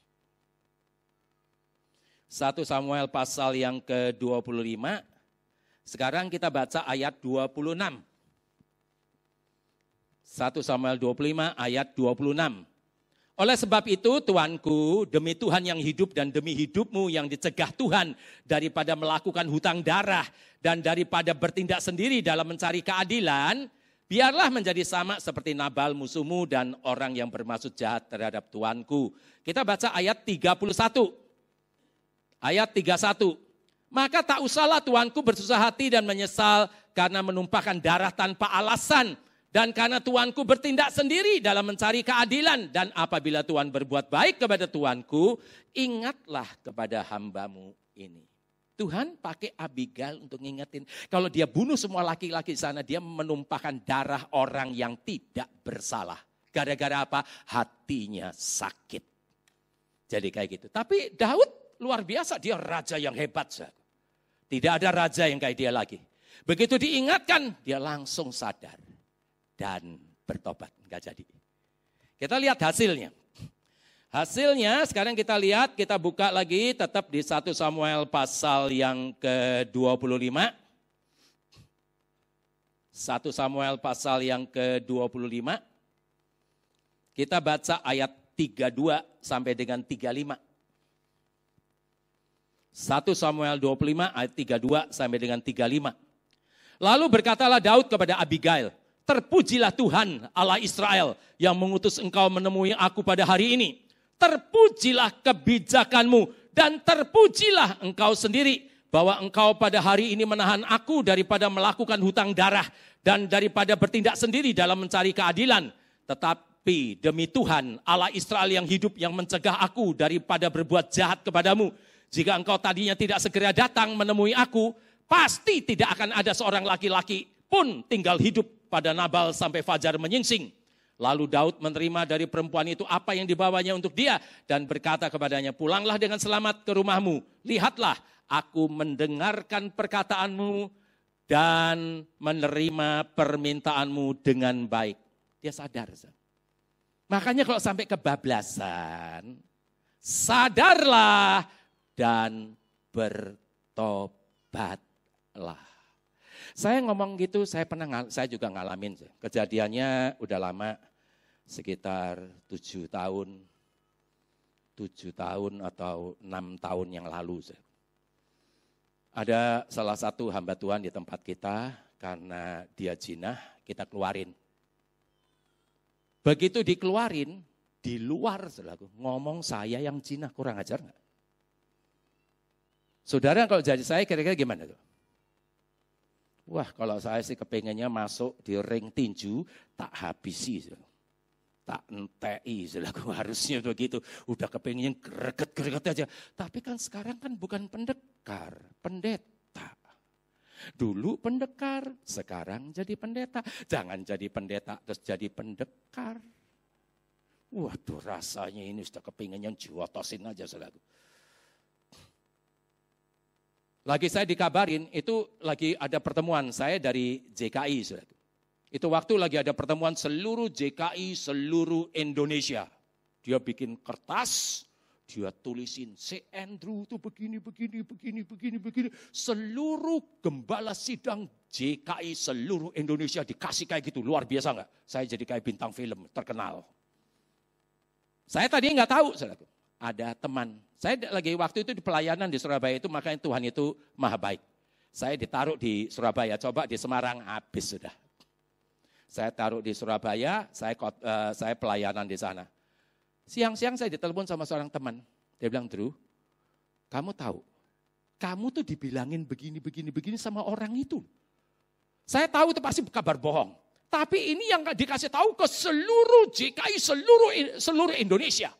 satu Samuel pasal yang ke dua puluh lima. Sekarang kita baca ayat dua puluh enam. satu Samuel dua puluh lima ayat dua puluh enam. Oleh sebab itu tuanku, demi Tuhan yang hidup dan demi hidupmu yang dicegah Tuhan daripada melakukan hutang darah dan daripada bertindak sendiri dalam mencari keadilan, biarlah menjadi sama seperti Nabal musuhmu dan orang yang bermaksud jahat terhadap tuanku. Kita baca ayat tiga puluh satu. Ayat tiga puluh satu. Maka tak usahlah tuanku bersusah hati dan menyesal karena menumpahkan darah tanpa alasan. Dan karena tuanku bertindak sendiri dalam mencari keadilan. Dan apabila Tuhan berbuat baik kepada tuanku, ingatlah kepada hambamu ini. Tuhan pakai Abigail untuk ngingetin. Kalau dia bunuh semua laki-laki di sana, dia menumpahkan darah orang yang tidak bersalah. Gara-gara apa? Hatinya sakit. Jadi kayak gitu. Tapi Daud luar biasa, dia raja yang hebat. Tidak ada raja yang kayak dia lagi. Begitu diingatkan, dia langsung sadar. Dan bertobat, enggak jadi. Kita lihat hasilnya. Hasilnya sekarang kita lihat, kita buka lagi tetap di satu Samuel pasal yang ke dua puluh lima. satu Samuel pasal yang ke dua puluh lima. Kita baca ayat tiga puluh dua sampai dengan tiga puluh lima. satu Samuel dua puluh lima ayat tiga puluh dua sampai dengan tiga puluh lima. Lalu berkatalah Daud kepada Abigail, terpujilah Tuhan Allah Israel yang mengutus engkau menemui aku pada hari ini. Terpujilah kebijakanmu dan terpujilah engkau sendiri bahwa engkau pada hari ini menahan aku daripada melakukan hutang darah dan daripada bertindak sendiri dalam mencari keadilan. Tetapi demi Tuhan Allah Israel yang hidup yang mencegah aku daripada berbuat jahat kepadamu. Jika engkau tadinya tidak segera datang menemui aku, pasti tidak akan ada seorang laki-laki pun tinggal hidup pada Nabal sampai fajar menyingsing. Lalu Daud menerima dari perempuan itu apa yang dibawanya untuk dia. Dan berkata kepadanya, pulanglah dengan selamat ke rumahmu. Lihatlah, aku mendengarkan perkataanmu dan menerima permintaanmu dengan baik. Dia sadar. Makanya kalau sampai kebablasan, sadarlah dan bertobatlah. Saya ngomong gitu, saya pernah, saya juga ngalamin. Kejadiannya udah lama, sekitar tujuh tahun, tujuh tahun atau enam tahun yang lalu. Ada salah satu hamba Tuhan di tempat kita, karena dia jinah, kita keluarin. Begitu dikeluarin, di luar selaku ngomong saya yang jinah, kurang ajar nggak? Saudara kalau jadi saya kira-kira gimana tuh? Wah, kalau saya sih kepengennya masuk di ring tinju, tak habisi, tak entei, harusnya begitu. Udah kepengennya greget-greget aja. Tapi kan sekarang kan bukan pendekar, pendeta. Dulu pendekar, sekarang jadi pendeta. Jangan jadi pendeta terus jadi pendekar. Waduh, rasanya ini sudah kepengennya jiwotosin aja, saudara. Lagi saya dikabarin, itu lagi ada pertemuan saya dari J K I. Saudara. Itu waktu lagi ada pertemuan seluruh J K I, seluruh Indonesia. Dia bikin kertas, dia tulisin, si Andrew itu begini, begini, begini, begini, begini. Seluruh gembala sidang J K I seluruh Indonesia dikasih kayak gitu. Luar biasa enggak? Saya jadi kayak bintang film terkenal. Saya tadi enggak tahu, saudara. Ada teman, saya lagi waktu itu di pelayanan di Surabaya itu, makanya Tuhan itu maha baik. Saya ditaruh di Surabaya, coba di Semarang habis sudah. Saya taruh di Surabaya, saya uh, saya pelayanan di sana. Siang-siang saya ditelepon sama seorang teman, dia bilang, Drew, kamu tahu, kamu tuh dibilangin begini, begini, begini sama orang itu. Saya tahu itu pasti kabar bohong. Tapi ini yang dikasih tahu ke seluruh J K I, seluruh seluruh Indonesia.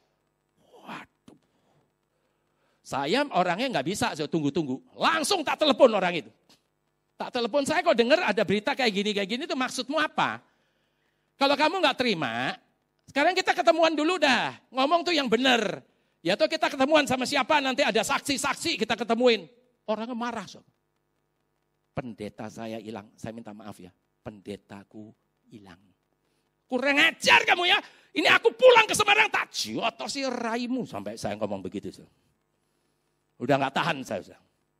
Saya orangnya nggak bisa, saya tunggu-tunggu. Langsung tak telepon orang itu. Tak telepon, saya kok dengar ada berita kayak gini, kayak gini, itu maksudmu apa? Kalau kamu nggak terima, sekarang kita ketemuan dulu dah. Ngomong tuh yang benar. Ya tuh kita ketemuan sama siapa, nanti ada saksi-saksi kita ketemuin. Orangnya marah. So. Pendeta saya hilang, saya minta maaf ya. Pendetaku hilang. Kurang ajar kamu ya. Ini aku pulang ke Semarang, tak jotosi raimu. Sampai saya ngomong begitu. So. Udah gak tahan saya.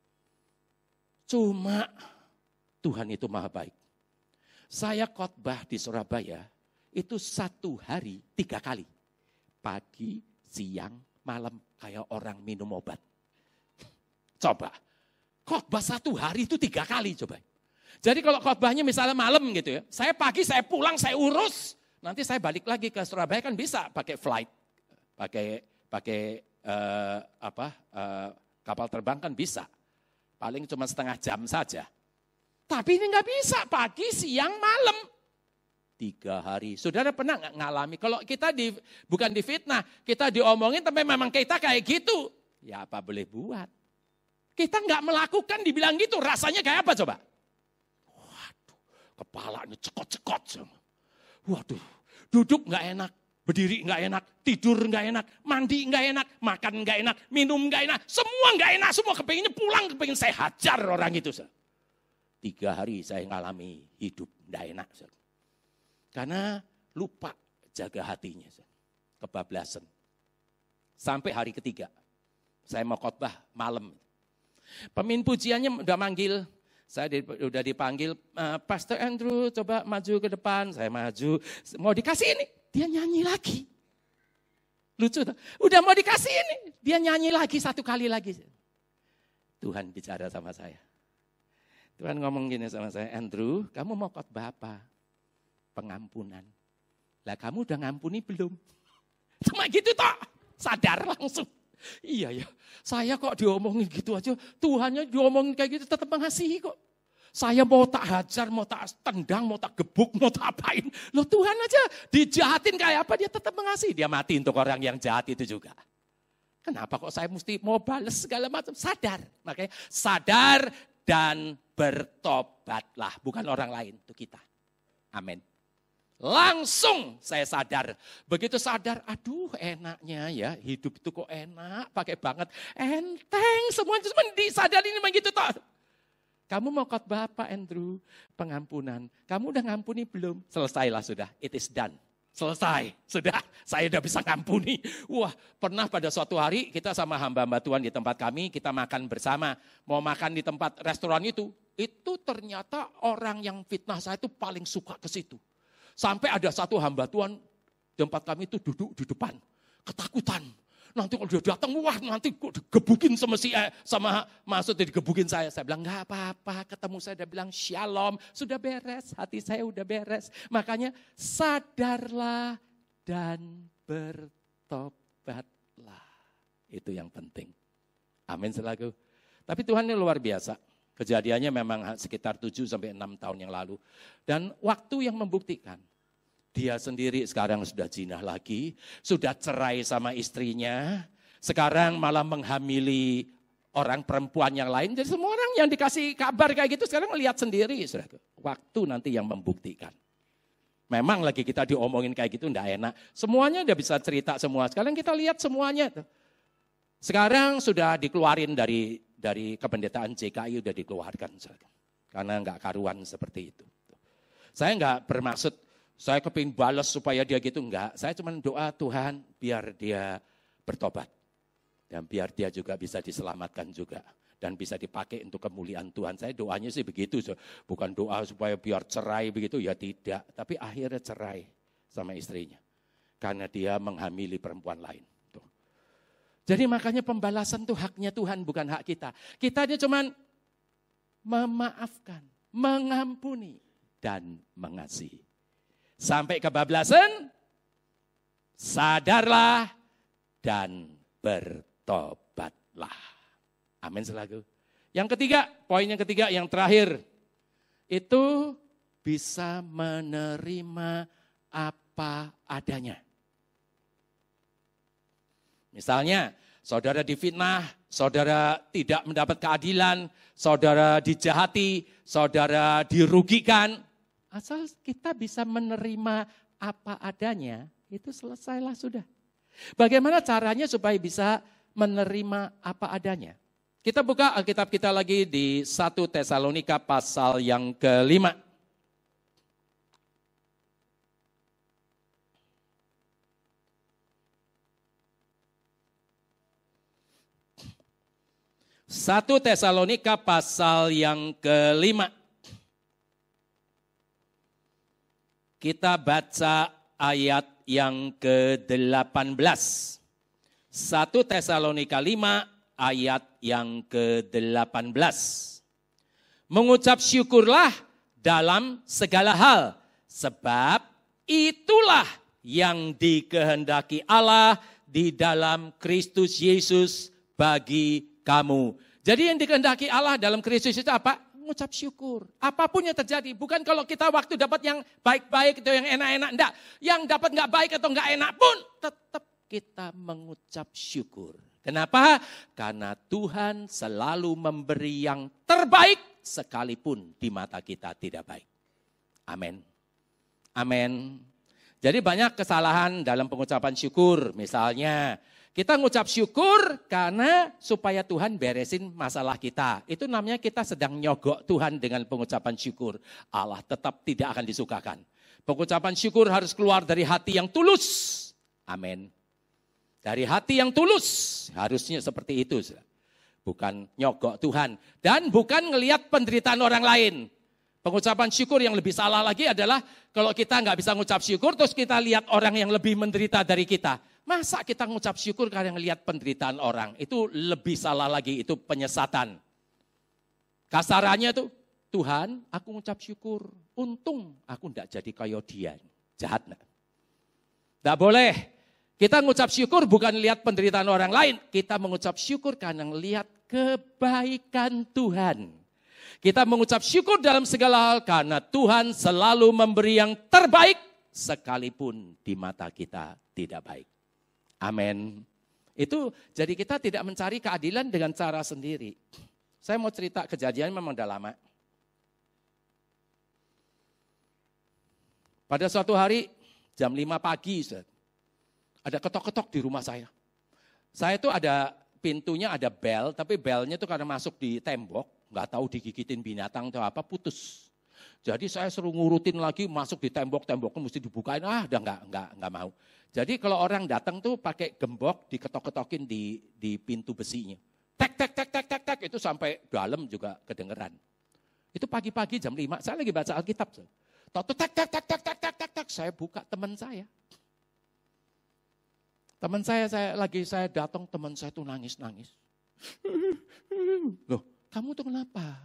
Cuma Tuhan itu maha baik. Saya khotbah di Surabaya itu satu hari tiga kali. Pagi, siang, malam kayak orang minum obat. Coba, khotbah satu hari itu tiga kali coba. Jadi kalau khotbahnya misalnya malam gitu ya, saya pagi saya pulang saya urus, nanti saya balik lagi ke Surabaya kan bisa pakai flight, pakai pakai uh, apa uh, kapal terbang kan bisa, paling cuma setengah jam saja. Tapi ini nggak bisa pagi, siang, malam. Tiga hari. Saudara pernah nggak ngalami? Kalau kita di, bukan difitnah, kita diomongin tapi memang kita kayak gitu. Ya apa boleh buat. Kita nggak melakukan dibilang gitu. Rasanya kayak apa coba? Waduh, kepalanya cekot-cekot. Waduh, duduk nggak enak. Berdiri nggak enak. Tidur nggak enak. Mandi nggak enak. Makan nggak enak. Minum nggak enak. Semua nggak enak. Semua kepengennya pulang. Kepengen saya hajar orang itu. Tiga hari saya ngalami hidup nggak enak. Karena lupa jaga hatinya, kebablasan. Sampai hari ketiga, saya mau khotbah malam. Pemimpin pujiannya udah manggil, saya di, udah dipanggil, Pastor Andrew coba maju ke depan, saya maju, mau dikasih ini, dia nyanyi lagi. Lucu tuh, udah mau dikasih ini, dia nyanyi lagi satu kali lagi. Tuhan bicara sama saya. Tuhan ngomong gini sama saya, Andrew, kamu mau khotbah apa? Pengampunan. Lah kamu udah ngampuni belum? Cuma gitu toh, sadar langsung. Iya ya, saya kok diomongin gitu aja, Tuhannya diomongin kayak gitu tetap mengasihi kok. Saya mau tak hajar, mau tak tendang, mau tak gebuk, mau tak apain. Loh Tuhan aja dijahatin kayak apa, dia tetap mengasihi. Dia mati untuk orang yang jahat itu juga. Kenapa kok saya mesti mau balas segala macam? Sadar. Makanya sadar dan bertobatlah. Bukan orang lain, itu kita. Amin. Langsung saya sadar. Begitu sadar, aduh enaknya ya hidup itu kok enak, pakai banget. Enteng, semuanya cuma disadarin memang gitu toh. Kamu mau khotbah apa Andrew? Pengampunan. Kamu udah ngampuni belum? Selesailah sudah, it is done. Selesai, sudah saya udah bisa ngampuni. Wah pernah pada suatu hari kita sama hamba-hamba Tuhan di tempat kami, kita makan bersama. Mau makan di tempat restoran itu, itu ternyata orang yang fitnah saya itu paling suka ke situ. Sampai ada satu hamba Tuhan, tempat kami itu duduk di depan, ketakutan. Nanti kalau dia datang, wah nanti digebukin sama si eh, sama maksudnya digebukin saya. Saya bilang nggak apa-apa, ketemu saya dia bilang shalom, sudah beres, hati saya udah beres. Makanya sadarlah dan bertobatlah. Itu yang penting. Amin selaku. Tapi Tuhan ini luar biasa. Kejadiannya memang sekitar tujuh sampai enam tahun yang lalu. Dan waktu yang membuktikan. Dia sendiri sekarang sudah jinah lagi. Sudah cerai sama istrinya. Sekarang malah menghamili orang perempuan yang lain. Jadi semua orang yang dikasih kabar kayak gitu sekarang lihat sendiri. Waktu nanti yang membuktikan. Memang lagi kita diomongin kayak gitu enggak enak. Semuanya udah bisa cerita semua. Sekarang kita lihat semuanya. Sekarang sudah dikeluarin dari dari kependetaan J K I udah dikeluarkan. Karena enggak karuan seperti itu. Saya enggak bermaksud, saya kepingin balas supaya dia gitu. Enggak, saya cuma doa Tuhan biar dia bertobat. Dan biar dia juga bisa diselamatkan juga. Dan bisa dipakai untuk kemuliaan Tuhan. Saya doanya sih begitu. Bukan doa supaya biar cerai begitu, ya tidak. Tapi akhirnya cerai sama istrinya. Karena dia menghamili perempuan lain. Jadi makanya pembalasan itu haknya Tuhan, bukan hak kita. Kita dia cuma memaafkan, mengampuni, dan mengasihi. Sampai kebablasan, sadarlah dan bertobatlah. Amin selaku. Yang ketiga, poin yang ketiga, yang terakhir. Itu bisa menerima apa adanya. Misalnya, saudara difitnah, saudara tidak mendapat keadilan, saudara dijahati, saudara dirugikan. Asal kita bisa menerima apa adanya, itu selesailah sudah. Bagaimana caranya supaya bisa menerima apa adanya? Kita buka Alkitab kita lagi di satu Tesalonika pasal yang kelima. satu Tesalonika pasal yang kelima. Kita baca ayat yang ke-delapan belas. satu Tesalonika lima ayat yang ke-delapan belas. Mengucap syukurlah dalam segala hal, sebab itulah yang dikehendaki Allah di dalam Kristus Yesus bagi kamu. Jadi yang dikehendaki Allah dalam Kristus itu apa? Mengucap syukur. Apapun yang terjadi, bukan kalau kita waktu dapat yang baik-baik atau yang enak-enak, enggak. Yang dapat enggak baik atau enggak enak pun, tetap kita mengucap syukur. Kenapa? Karena Tuhan selalu memberi yang terbaik, sekalipun di mata kita tidak baik. Amin. Amin. Jadi banyak kesalahan dalam pengucapan syukur. Misalnya kita ngucap syukur karena supaya Tuhan beresin masalah kita. Itu namanya kita sedang nyogok Tuhan dengan pengucapan syukur. Allah tetap tidak akan disukakan. Pengucapan syukur harus keluar dari hati yang tulus. Amin. Dari hati yang tulus. Harusnya seperti itu. Bukan nyogok Tuhan. Dan bukan ngelihat penderitaan orang lain. Pengucapan syukur yang lebih salah lagi adalah kalau kita nggak bisa ngucap syukur terus kita lihat orang yang lebih menderita dari kita. Masa kita ngucap syukur karena ngelihat penderitaan orang? Itu lebih salah lagi, itu penyesatan. Kasarannya tuh, Tuhan aku ngucap syukur. Untung aku nggak jadi kayak dia. Jahat nggak? Nggak boleh. Kita mengucap syukur bukan lihat penderitaan orang lain. Kita mengucap syukur karena melihat kebaikan Tuhan. Kita mengucap syukur dalam segala hal karena Tuhan selalu memberi yang terbaik. Sekalipun di mata kita tidak baik. Amin. Itu jadi kita tidak mencari keadilan dengan cara sendiri. Saya mau cerita kejadian memang udah lama. Pada suatu hari jam lima pagi, ada ketok-ketok di rumah saya. Saya tuh ada pintunya ada bel, tapi belnya tuh karena masuk di tembok, nggak tahu digigitin binatang atau apa, putus. Jadi saya suruh ngurutin lagi, masuk di tembok, temboknya mesti dibukain, ah udah nggak nggak nggak mau. Jadi kalau orang datang tuh pakai gembok diketok-ketokin di di pintu besinya. Tek tek tek tek tek tek itu sampai dalam juga kedengeran. Itu pagi-pagi jam lima, saya lagi baca Alkitab. Tok tek tek tek tek tek tek tek, saya buka teman saya. Teman saya, saya lagi saya datang, teman saya tuh nangis-nangis. Loh, kamu tuh kenapa?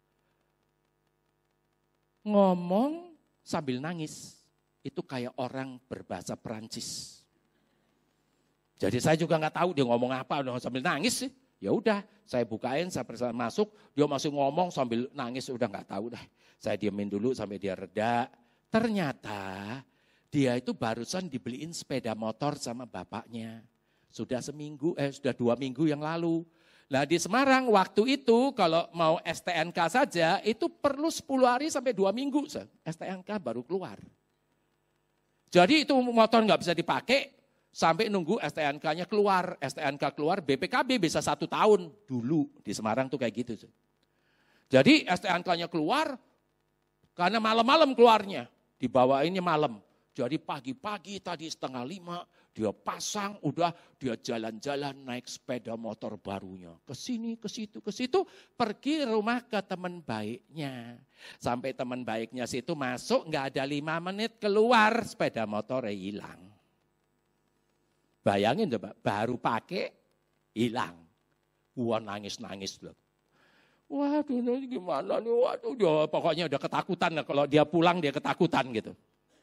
Ngomong sambil nangis. Itu kayak orang berbahasa Perancis. Jadi saya juga nggak tahu dia ngomong apa, udah sambil nangis sih. Ya udah, saya bukain, saya masuk, dia masih ngomong sambil nangis, udah nggak tahu dah. Saya diamin dulu sampai dia reda. Ternyata dia itu barusan dibeliin sepeda motor sama bapaknya. Sudah seminggu, eh sudah dua minggu yang lalu. Nah di Semarang waktu itu kalau mau S T N K saja itu perlu sepuluh hari sampai dua minggu. S T N K baru keluar. Jadi itu motor nggak bisa dipakai sampai nunggu S T N K-nya keluar. S T N K keluar, B P K B bisa satu tahun dulu. Di Semarang tuh kayak gitu. Jadi S T N K-nya keluar karena malam-malam keluarnya. Dibawainnya malam. Jadi pagi-pagi tadi setengah lima, dia pasang, udah dia jalan-jalan naik sepeda motor barunya. Ke sini, ke situ, ke situ, pergi rumah ke teman baiknya. Sampai teman baiknya situ masuk, nggak ada lima menit keluar, sepeda motornya hilang. Bayangin coba, baru pakai, hilang. Wah nangis-nangis loh. Waduh ini gimana nih, waduh dia pokoknya udah ketakutan. Kalau dia pulang dia ketakutan gitu.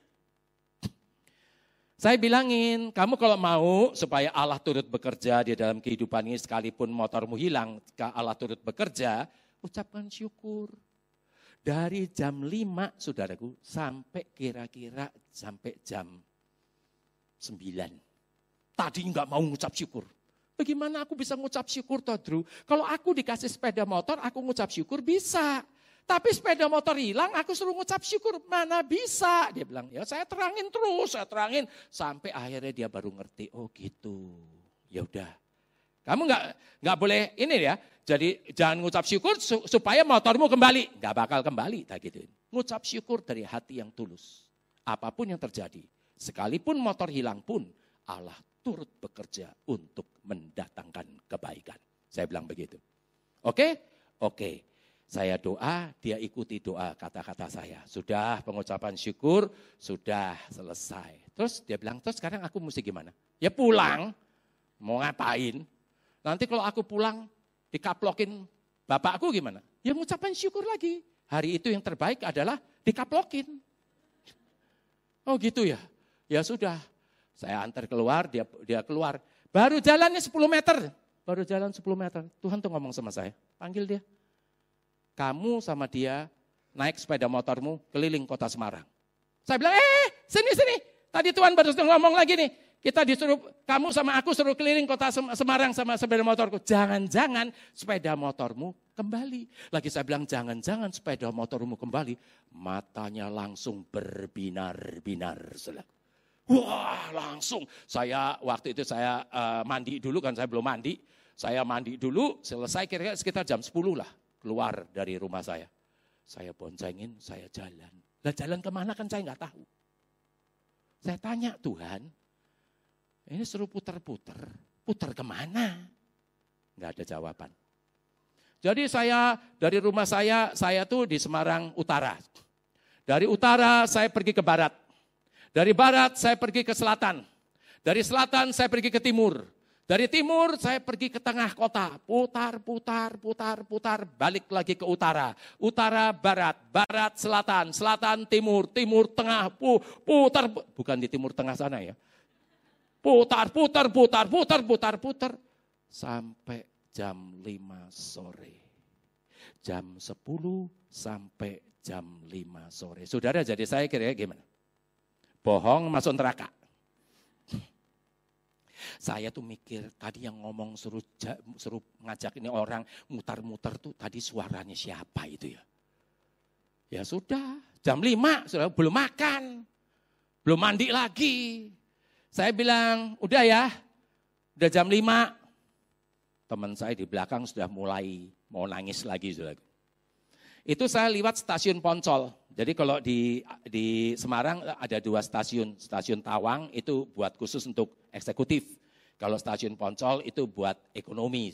Saya bilangin, kamu kalau mau supaya Allah turut bekerja di dalam kehidupan ini sekalipun motormu hilang, Allah turut bekerja, ucapkan syukur. Dari jam lima, saudaraku, sampai kira-kira sampai jam sembilan. Tadi nggak mau ngucap syukur. Bagaimana aku bisa ngucap syukur, Todru? Kalau aku dikasih sepeda motor, aku ngucap syukur bisa. Tapi sepeda motor hilang, aku suruh ngucap syukur, mana bisa. Dia bilang, ya saya terangin terus, saya terangin. Sampai akhirnya dia baru ngerti, oh gitu. Ya udah. Kamu nggak nggak boleh ini ya, jadi jangan ngucap syukur supaya motormu kembali. Nggak bakal kembali, tak gitu. Ngucap syukur dari hati yang tulus. Apapun yang terjadi, sekalipun motor hilang pun, Allah turut bekerja untuk mendatangkan kebaikan. Saya bilang begitu. Oke? Oke. Saya doa, dia ikuti doa kata-kata saya. Sudah pengucapan syukur, sudah selesai. Terus dia bilang, terus sekarang aku mesti gimana? Ya pulang, mau ngapain? Nanti kalau aku pulang, dikaplokin bapakku gimana? Ya mengucapkan syukur lagi. Hari itu yang terbaik adalah dikaplokin. Oh gitu ya? Ya sudah, saya antar keluar, dia dia keluar. Baru jalannya sepuluh meter. Baru jalan sepuluh meter. Tuhan tuh ngomong sama saya, panggil dia. Kamu sama dia naik sepeda motormu keliling kota Semarang. Saya bilang, eh sini sini. Tadi Tuhan baru ngomong lagi nih. Kita disuruh, kamu sama aku suruh keliling kota Semarang sama sepeda motorku. Jangan-jangan sepeda motormu kembali. Lagi saya bilang, jangan-jangan sepeda motormu kembali. Matanya langsung berbinar-binar. Wah langsung. Saya waktu itu saya uh, mandi dulu kan, saya belum mandi. Saya mandi dulu, selesai kira-kira sekitar jam sepuluh lah. Keluar dari rumah saya. Saya boncengin, saya jalan. Lah jalan kemana kan saya nggak tahu. Saya tanya Tuhan, ini suruh puter-puter, puter kemana? Nggak ada jawaban. Jadi saya dari rumah saya, saya tuh di Semarang Utara. Dari utara saya pergi ke barat. Dari barat saya pergi ke selatan. Dari selatan saya pergi ke timur. Dari timur saya pergi ke tengah kota, putar, putar, putar, putar, balik lagi ke utara. Utara, barat, barat, selatan, selatan, timur, timur, tengah, pu, putar, bukan di timur tengah sana ya. Putar, putar, putar, putar, putar, putar, sampai jam lima sore. Jam sepuluh sampai jam lima sore. Saudara, jadi saya kira gimana? Bohong masuk neraka. Saya tuh mikir tadi yang ngomong suruh suruh ngajak ini orang mutar-mutar tuh tadi suaranya siapa itu ya? Ya sudah, jam lima sudah belum makan, belum mandi lagi. Saya bilang, udah ya, udah jam lima. Teman saya di belakang sudah mulai mau nangis lagi. Sudah. Itu saya lewat stasiun Poncol. Jadi kalau di di Semarang ada dua stasiun, stasiun Tawang itu buat khusus untuk eksekutif. Kalau stasiun Poncol itu buat ekonomi.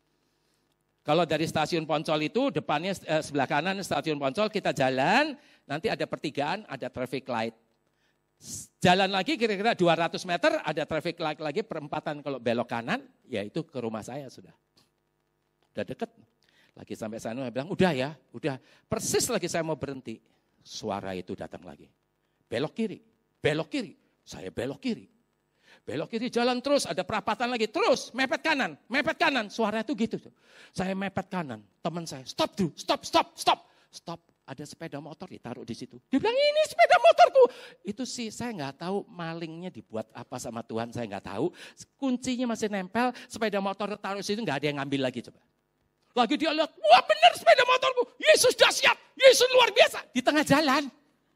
Kalau dari stasiun Poncol itu depannya eh, sebelah kanan stasiun Poncol kita jalan, nanti ada pertigaan, ada traffic light. Jalan lagi kira-kira dua ratus meter ada traffic light lagi perempatan kalau belok kanan, ya itu ke rumah saya sudah. Udah deket. Lagi sampai sana saya bilang, udah ya, udah. Persis lagi saya mau berhenti. Suara itu datang lagi. Belok kiri, belok kiri. Saya belok kiri. Belok kiri jalan terus, ada perapatan lagi. Terus, mepet kanan, mepet kanan. Suara itu gitu. Saya mepet kanan, teman saya, stop dulu, stop, stop, stop. Stop, ada sepeda motor ditaruh di situ. Dia bilang, ini sepeda motorku. Itu sih saya nggak tahu malingnya dibuat apa sama Tuhan, saya nggak tahu. Kuncinya masih nempel, sepeda motor taruh di situ, nggak ada yang ngambil lagi coba. Lagi dia lihat, wah benar sepeda motorku, Yesus dahsyat, Yesus luar biasa. Di tengah jalan.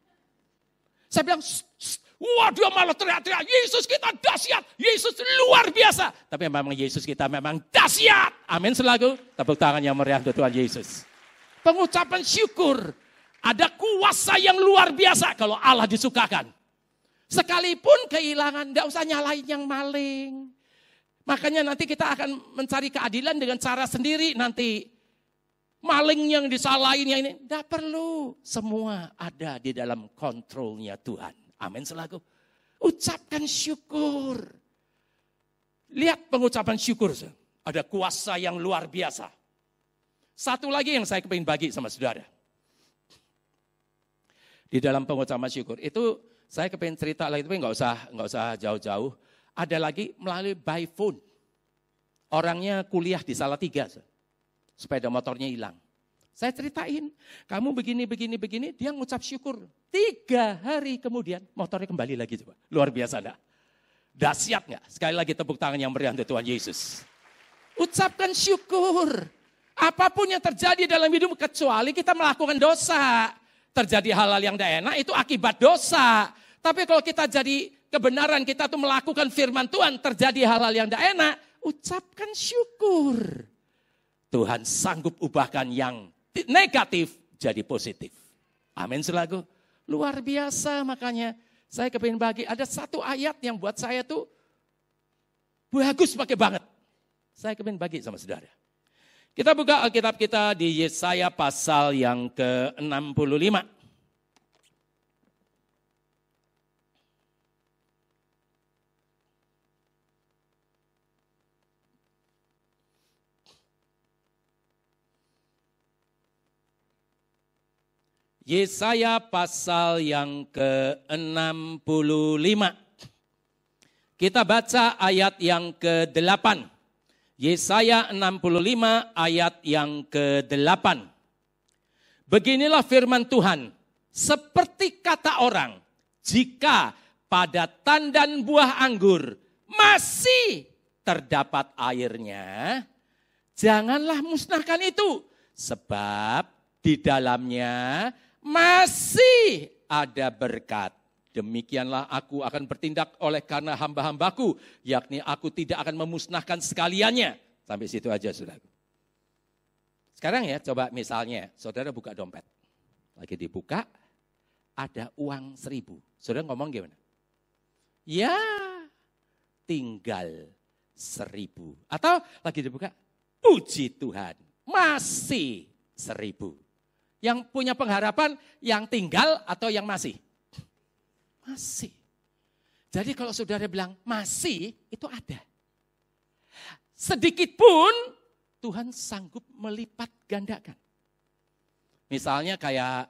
Saya bilang, wah dia malah teriak-teriak, Yesus kita dahsyat, Yesus luar biasa. Tapi memang Yesus kita memang dahsyat. Amin selalu. Tepuk tangan yang meriah untuk Tuhan Yesus. Pengucapan syukur. Ada kuasa yang luar biasa kalau Allah disukakan. Sekalipun kehilangan, tidak usah nyalain yang maling. Makanya nanti kita akan mencari keadilan dengan cara sendiri nanti. Maling yang disalahin yang ini. Tidak perlu. Semua ada di dalam kontrolnya Tuhan. Amin selaku. Ucapkan syukur. Lihat pengucapan syukur. Ada kuasa yang luar biasa. Satu lagi yang saya kepingin bagi sama saudara. Di dalam pengucapan syukur. Itu saya kepingin cerita lagi. Tapi nggak usah, nggak usah jauh-jauh. Ada lagi melalui by phone. Orangnya kuliah di Salatiga. Sepeda motornya hilang. Saya ceritain, kamu begini, begini, begini. Dia ngucap syukur. Tiga hari kemudian motornya kembali lagi. Coba. Luar biasa enggak? Dahsyat enggak? Sekali lagi tepuk tangan yang meriah untuk Tuhan Yesus. Ucapkan syukur. Apapun yang terjadi dalam hidup kecuali kita melakukan dosa. Terjadi hal-hal yang tidak enak itu akibat dosa. Tapi kalau kita jadi kebenaran, kita tuh melakukan firman Tuhan, terjadi hal-hal yang tidak enak, ucapkan syukur. Tuhan sanggup ubahkan yang negatif jadi positif. Amin selaku. Luar biasa makanya saya kepingin bagi. Ada satu ayat yang buat saya tuh bagus pakai banget. Saya kepingin bagi sama saudara. Kita buka Alkitab kita di Yesaya pasal yang ke enam puluh lima. Yesaya pasal yang ke enam puluh lima. Kita baca ayat yang ke delapan. Yesaya enam puluh lima ayat yang ke delapan. Beginilah firman Tuhan, seperti kata orang, jika pada tandan buah anggur masih terdapat airnya, janganlah musnahkan itu, sebab di dalamnya masih ada berkat. Demikianlah aku akan bertindak oleh karena hamba-hambaku, yakni aku tidak akan memusnahkan sekaliannya. Sampai situ aja, saudara. Sekarang ya, coba misalnya, saudara buka dompet. Lagi dibuka, ada uang seribu. Saudara ngomong gimana? Ya, tinggal seribu. Atau lagi dibuka, puji Tuhan, masih seribu. Yang punya pengharapan, yang tinggal atau yang masih? Masih. Jadi kalau saudara bilang masih, itu ada. Sedikit pun Tuhan sanggup melipat gandakan. Misalnya kayak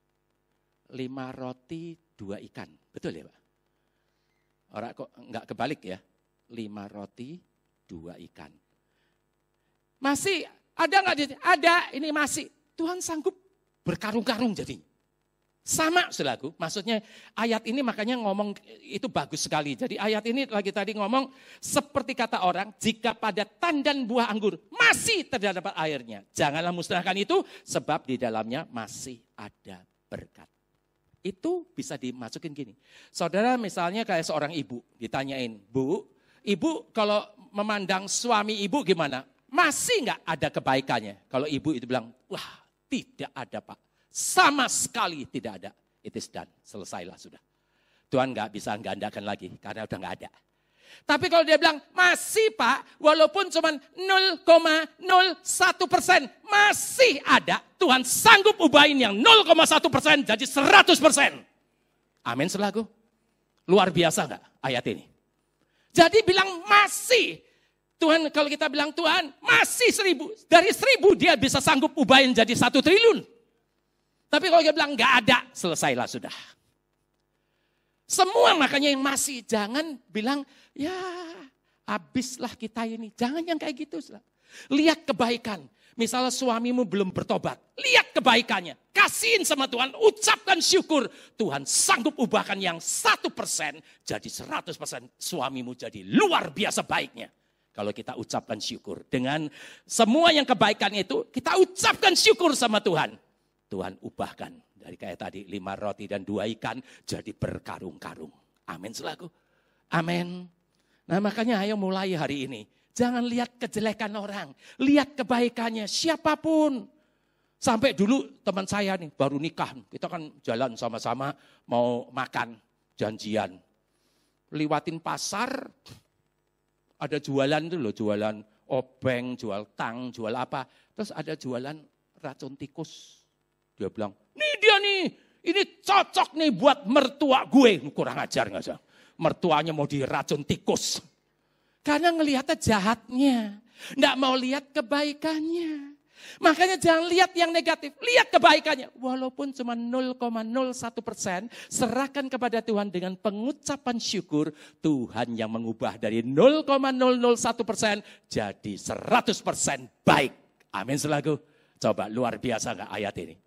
lima roti, dua ikan. Betul ya Pak? Orang kok enggak kebalik ya? Lima roti, dua ikan. Masih ada enggak? Ada, ini masih. Tuhan sanggup berkarung-karung jadinya. Sama saudaraku, maksudnya ayat ini makanya ngomong itu bagus sekali. Jadi ayat ini lagi tadi ngomong seperti kata orang, jika pada tandan buah anggur masih terdapat airnya, janganlah musnahkan itu sebab di dalamnya masih ada berkat. Itu bisa dimasukin gini. Saudara misalnya kayak seorang ibu ditanyain, Bu, ibu kalau memandang suami ibu gimana? Masih enggak ada kebaikannya? Kalau ibu itu bilang, wah tidak ada Pak. Sama sekali tidak ada. It is done. Selesailah sudah. Tuhan gak bisa gandakan lagi karena udah gak ada. Tapi kalau dia bilang masih Pak, walaupun cuma nol koma nol satu persen masih ada. Tuhan sanggup ubahin yang nol koma satu persen jadi seratus persen. Amin selaku. Luar biasa gak ayat ini? Jadi bilang masih. Tuhan kalau kita bilang Tuhan masih seribu. Dari seribu dia bisa sanggup ubahin jadi satu triliun. Tapi kalau dia bilang nggak ada, selesailah sudah. Semua makanya yang masih, jangan bilang, ya habislah kita ini. Jangan yang kayak gitu. Lihat kebaikan. Misalnya suamimu belum bertobat, lihat kebaikannya. Kasihin sama Tuhan, ucapkan syukur. Tuhan sanggup ubahkan yang satu persen jadi seratus persen. Suamimu jadi luar biasa baiknya. Kalau kita ucapkan syukur. Dengan semua yang kebaikan itu, kita ucapkan syukur sama Tuhan. Tuhan ubahkan dari kayak tadi lima roti dan dua ikan jadi berkarung-karung. Amin selaku. Amin. Nah makanya ayo mulai hari ini. Jangan lihat kejelekan orang. Lihat kebaikannya siapapun. Sampai dulu teman saya nih baru nikah. Kita kan jalan sama-sama mau makan janjian. Liwatin pasar. Ada jualan itu loh. Jualan obeng, jual tang, jual apa. Terus ada jualan racun tikus. Dia bilang, nih dia nih, ini cocok nih buat mertua gue. Kurang ajar gak sih? Mertuanya mau diracun tikus. Karena ngelihatnya jahatnya. Nggak mau lihat kebaikannya. Makanya jangan lihat yang negatif, lihat kebaikannya. Walaupun cuma nol koma nol satu persen, serahkan kepada Tuhan dengan pengucapan syukur. Tuhan yang mengubah dari nol koma nol nol satu persen jadi seratus persen baik. Amin selaku. Coba luar biasa gak ayat ini?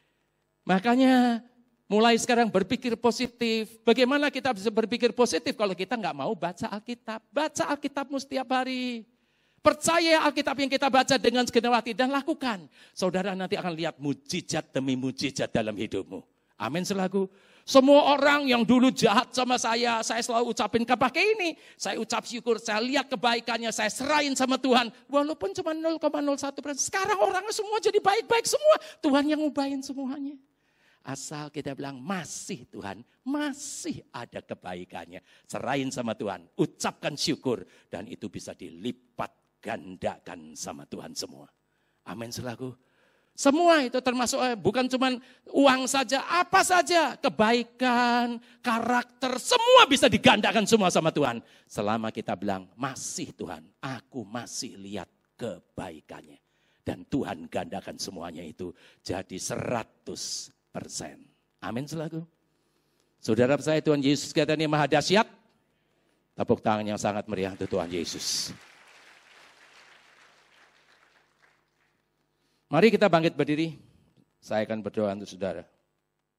Makanya mulai sekarang berpikir positif. Bagaimana kita bisa berpikir positif kalau kita nggak mau baca Alkitab? Baca Alkitabmu setiap hari. Percaya Alkitab yang kita baca dengan segenap hati dan lakukan. Saudara nanti akan lihat mujizat demi mujizat dalam hidupmu. Amin selaku. Semua orang yang dulu jahat sama saya, saya selalu ucapin kepakai ini. Saya ucap syukur, saya lihat kebaikannya, saya serahin sama Tuhan. Walaupun cuma nol koma nol satu persen. Sekarang orangnya semua jadi baik-baik semua. Tuhan yang ngubahin semuanya. Asal kita bilang masih Tuhan, masih ada kebaikannya. Serahin sama Tuhan, ucapkan syukur. Dan itu bisa dilipat gandakan sama Tuhan semua. Amin saudaraku. Semua itu termasuk bukan cuma uang saja, apa saja, kebaikan, karakter, semua bisa digandakan semua sama Tuhan. Selama kita bilang, masih Tuhan, aku masih lihat kebaikannya. Dan Tuhan gandakan semuanya itu jadi seratus persen. Amin saudaraku. Saudara saya Tuhan Yesus katanya maha dahsyat. Tepuk tangan yang sangat meriah untuk Tuhan Yesus. Mari kita bangkit berdiri. Saya akan berdoa untuk saudara.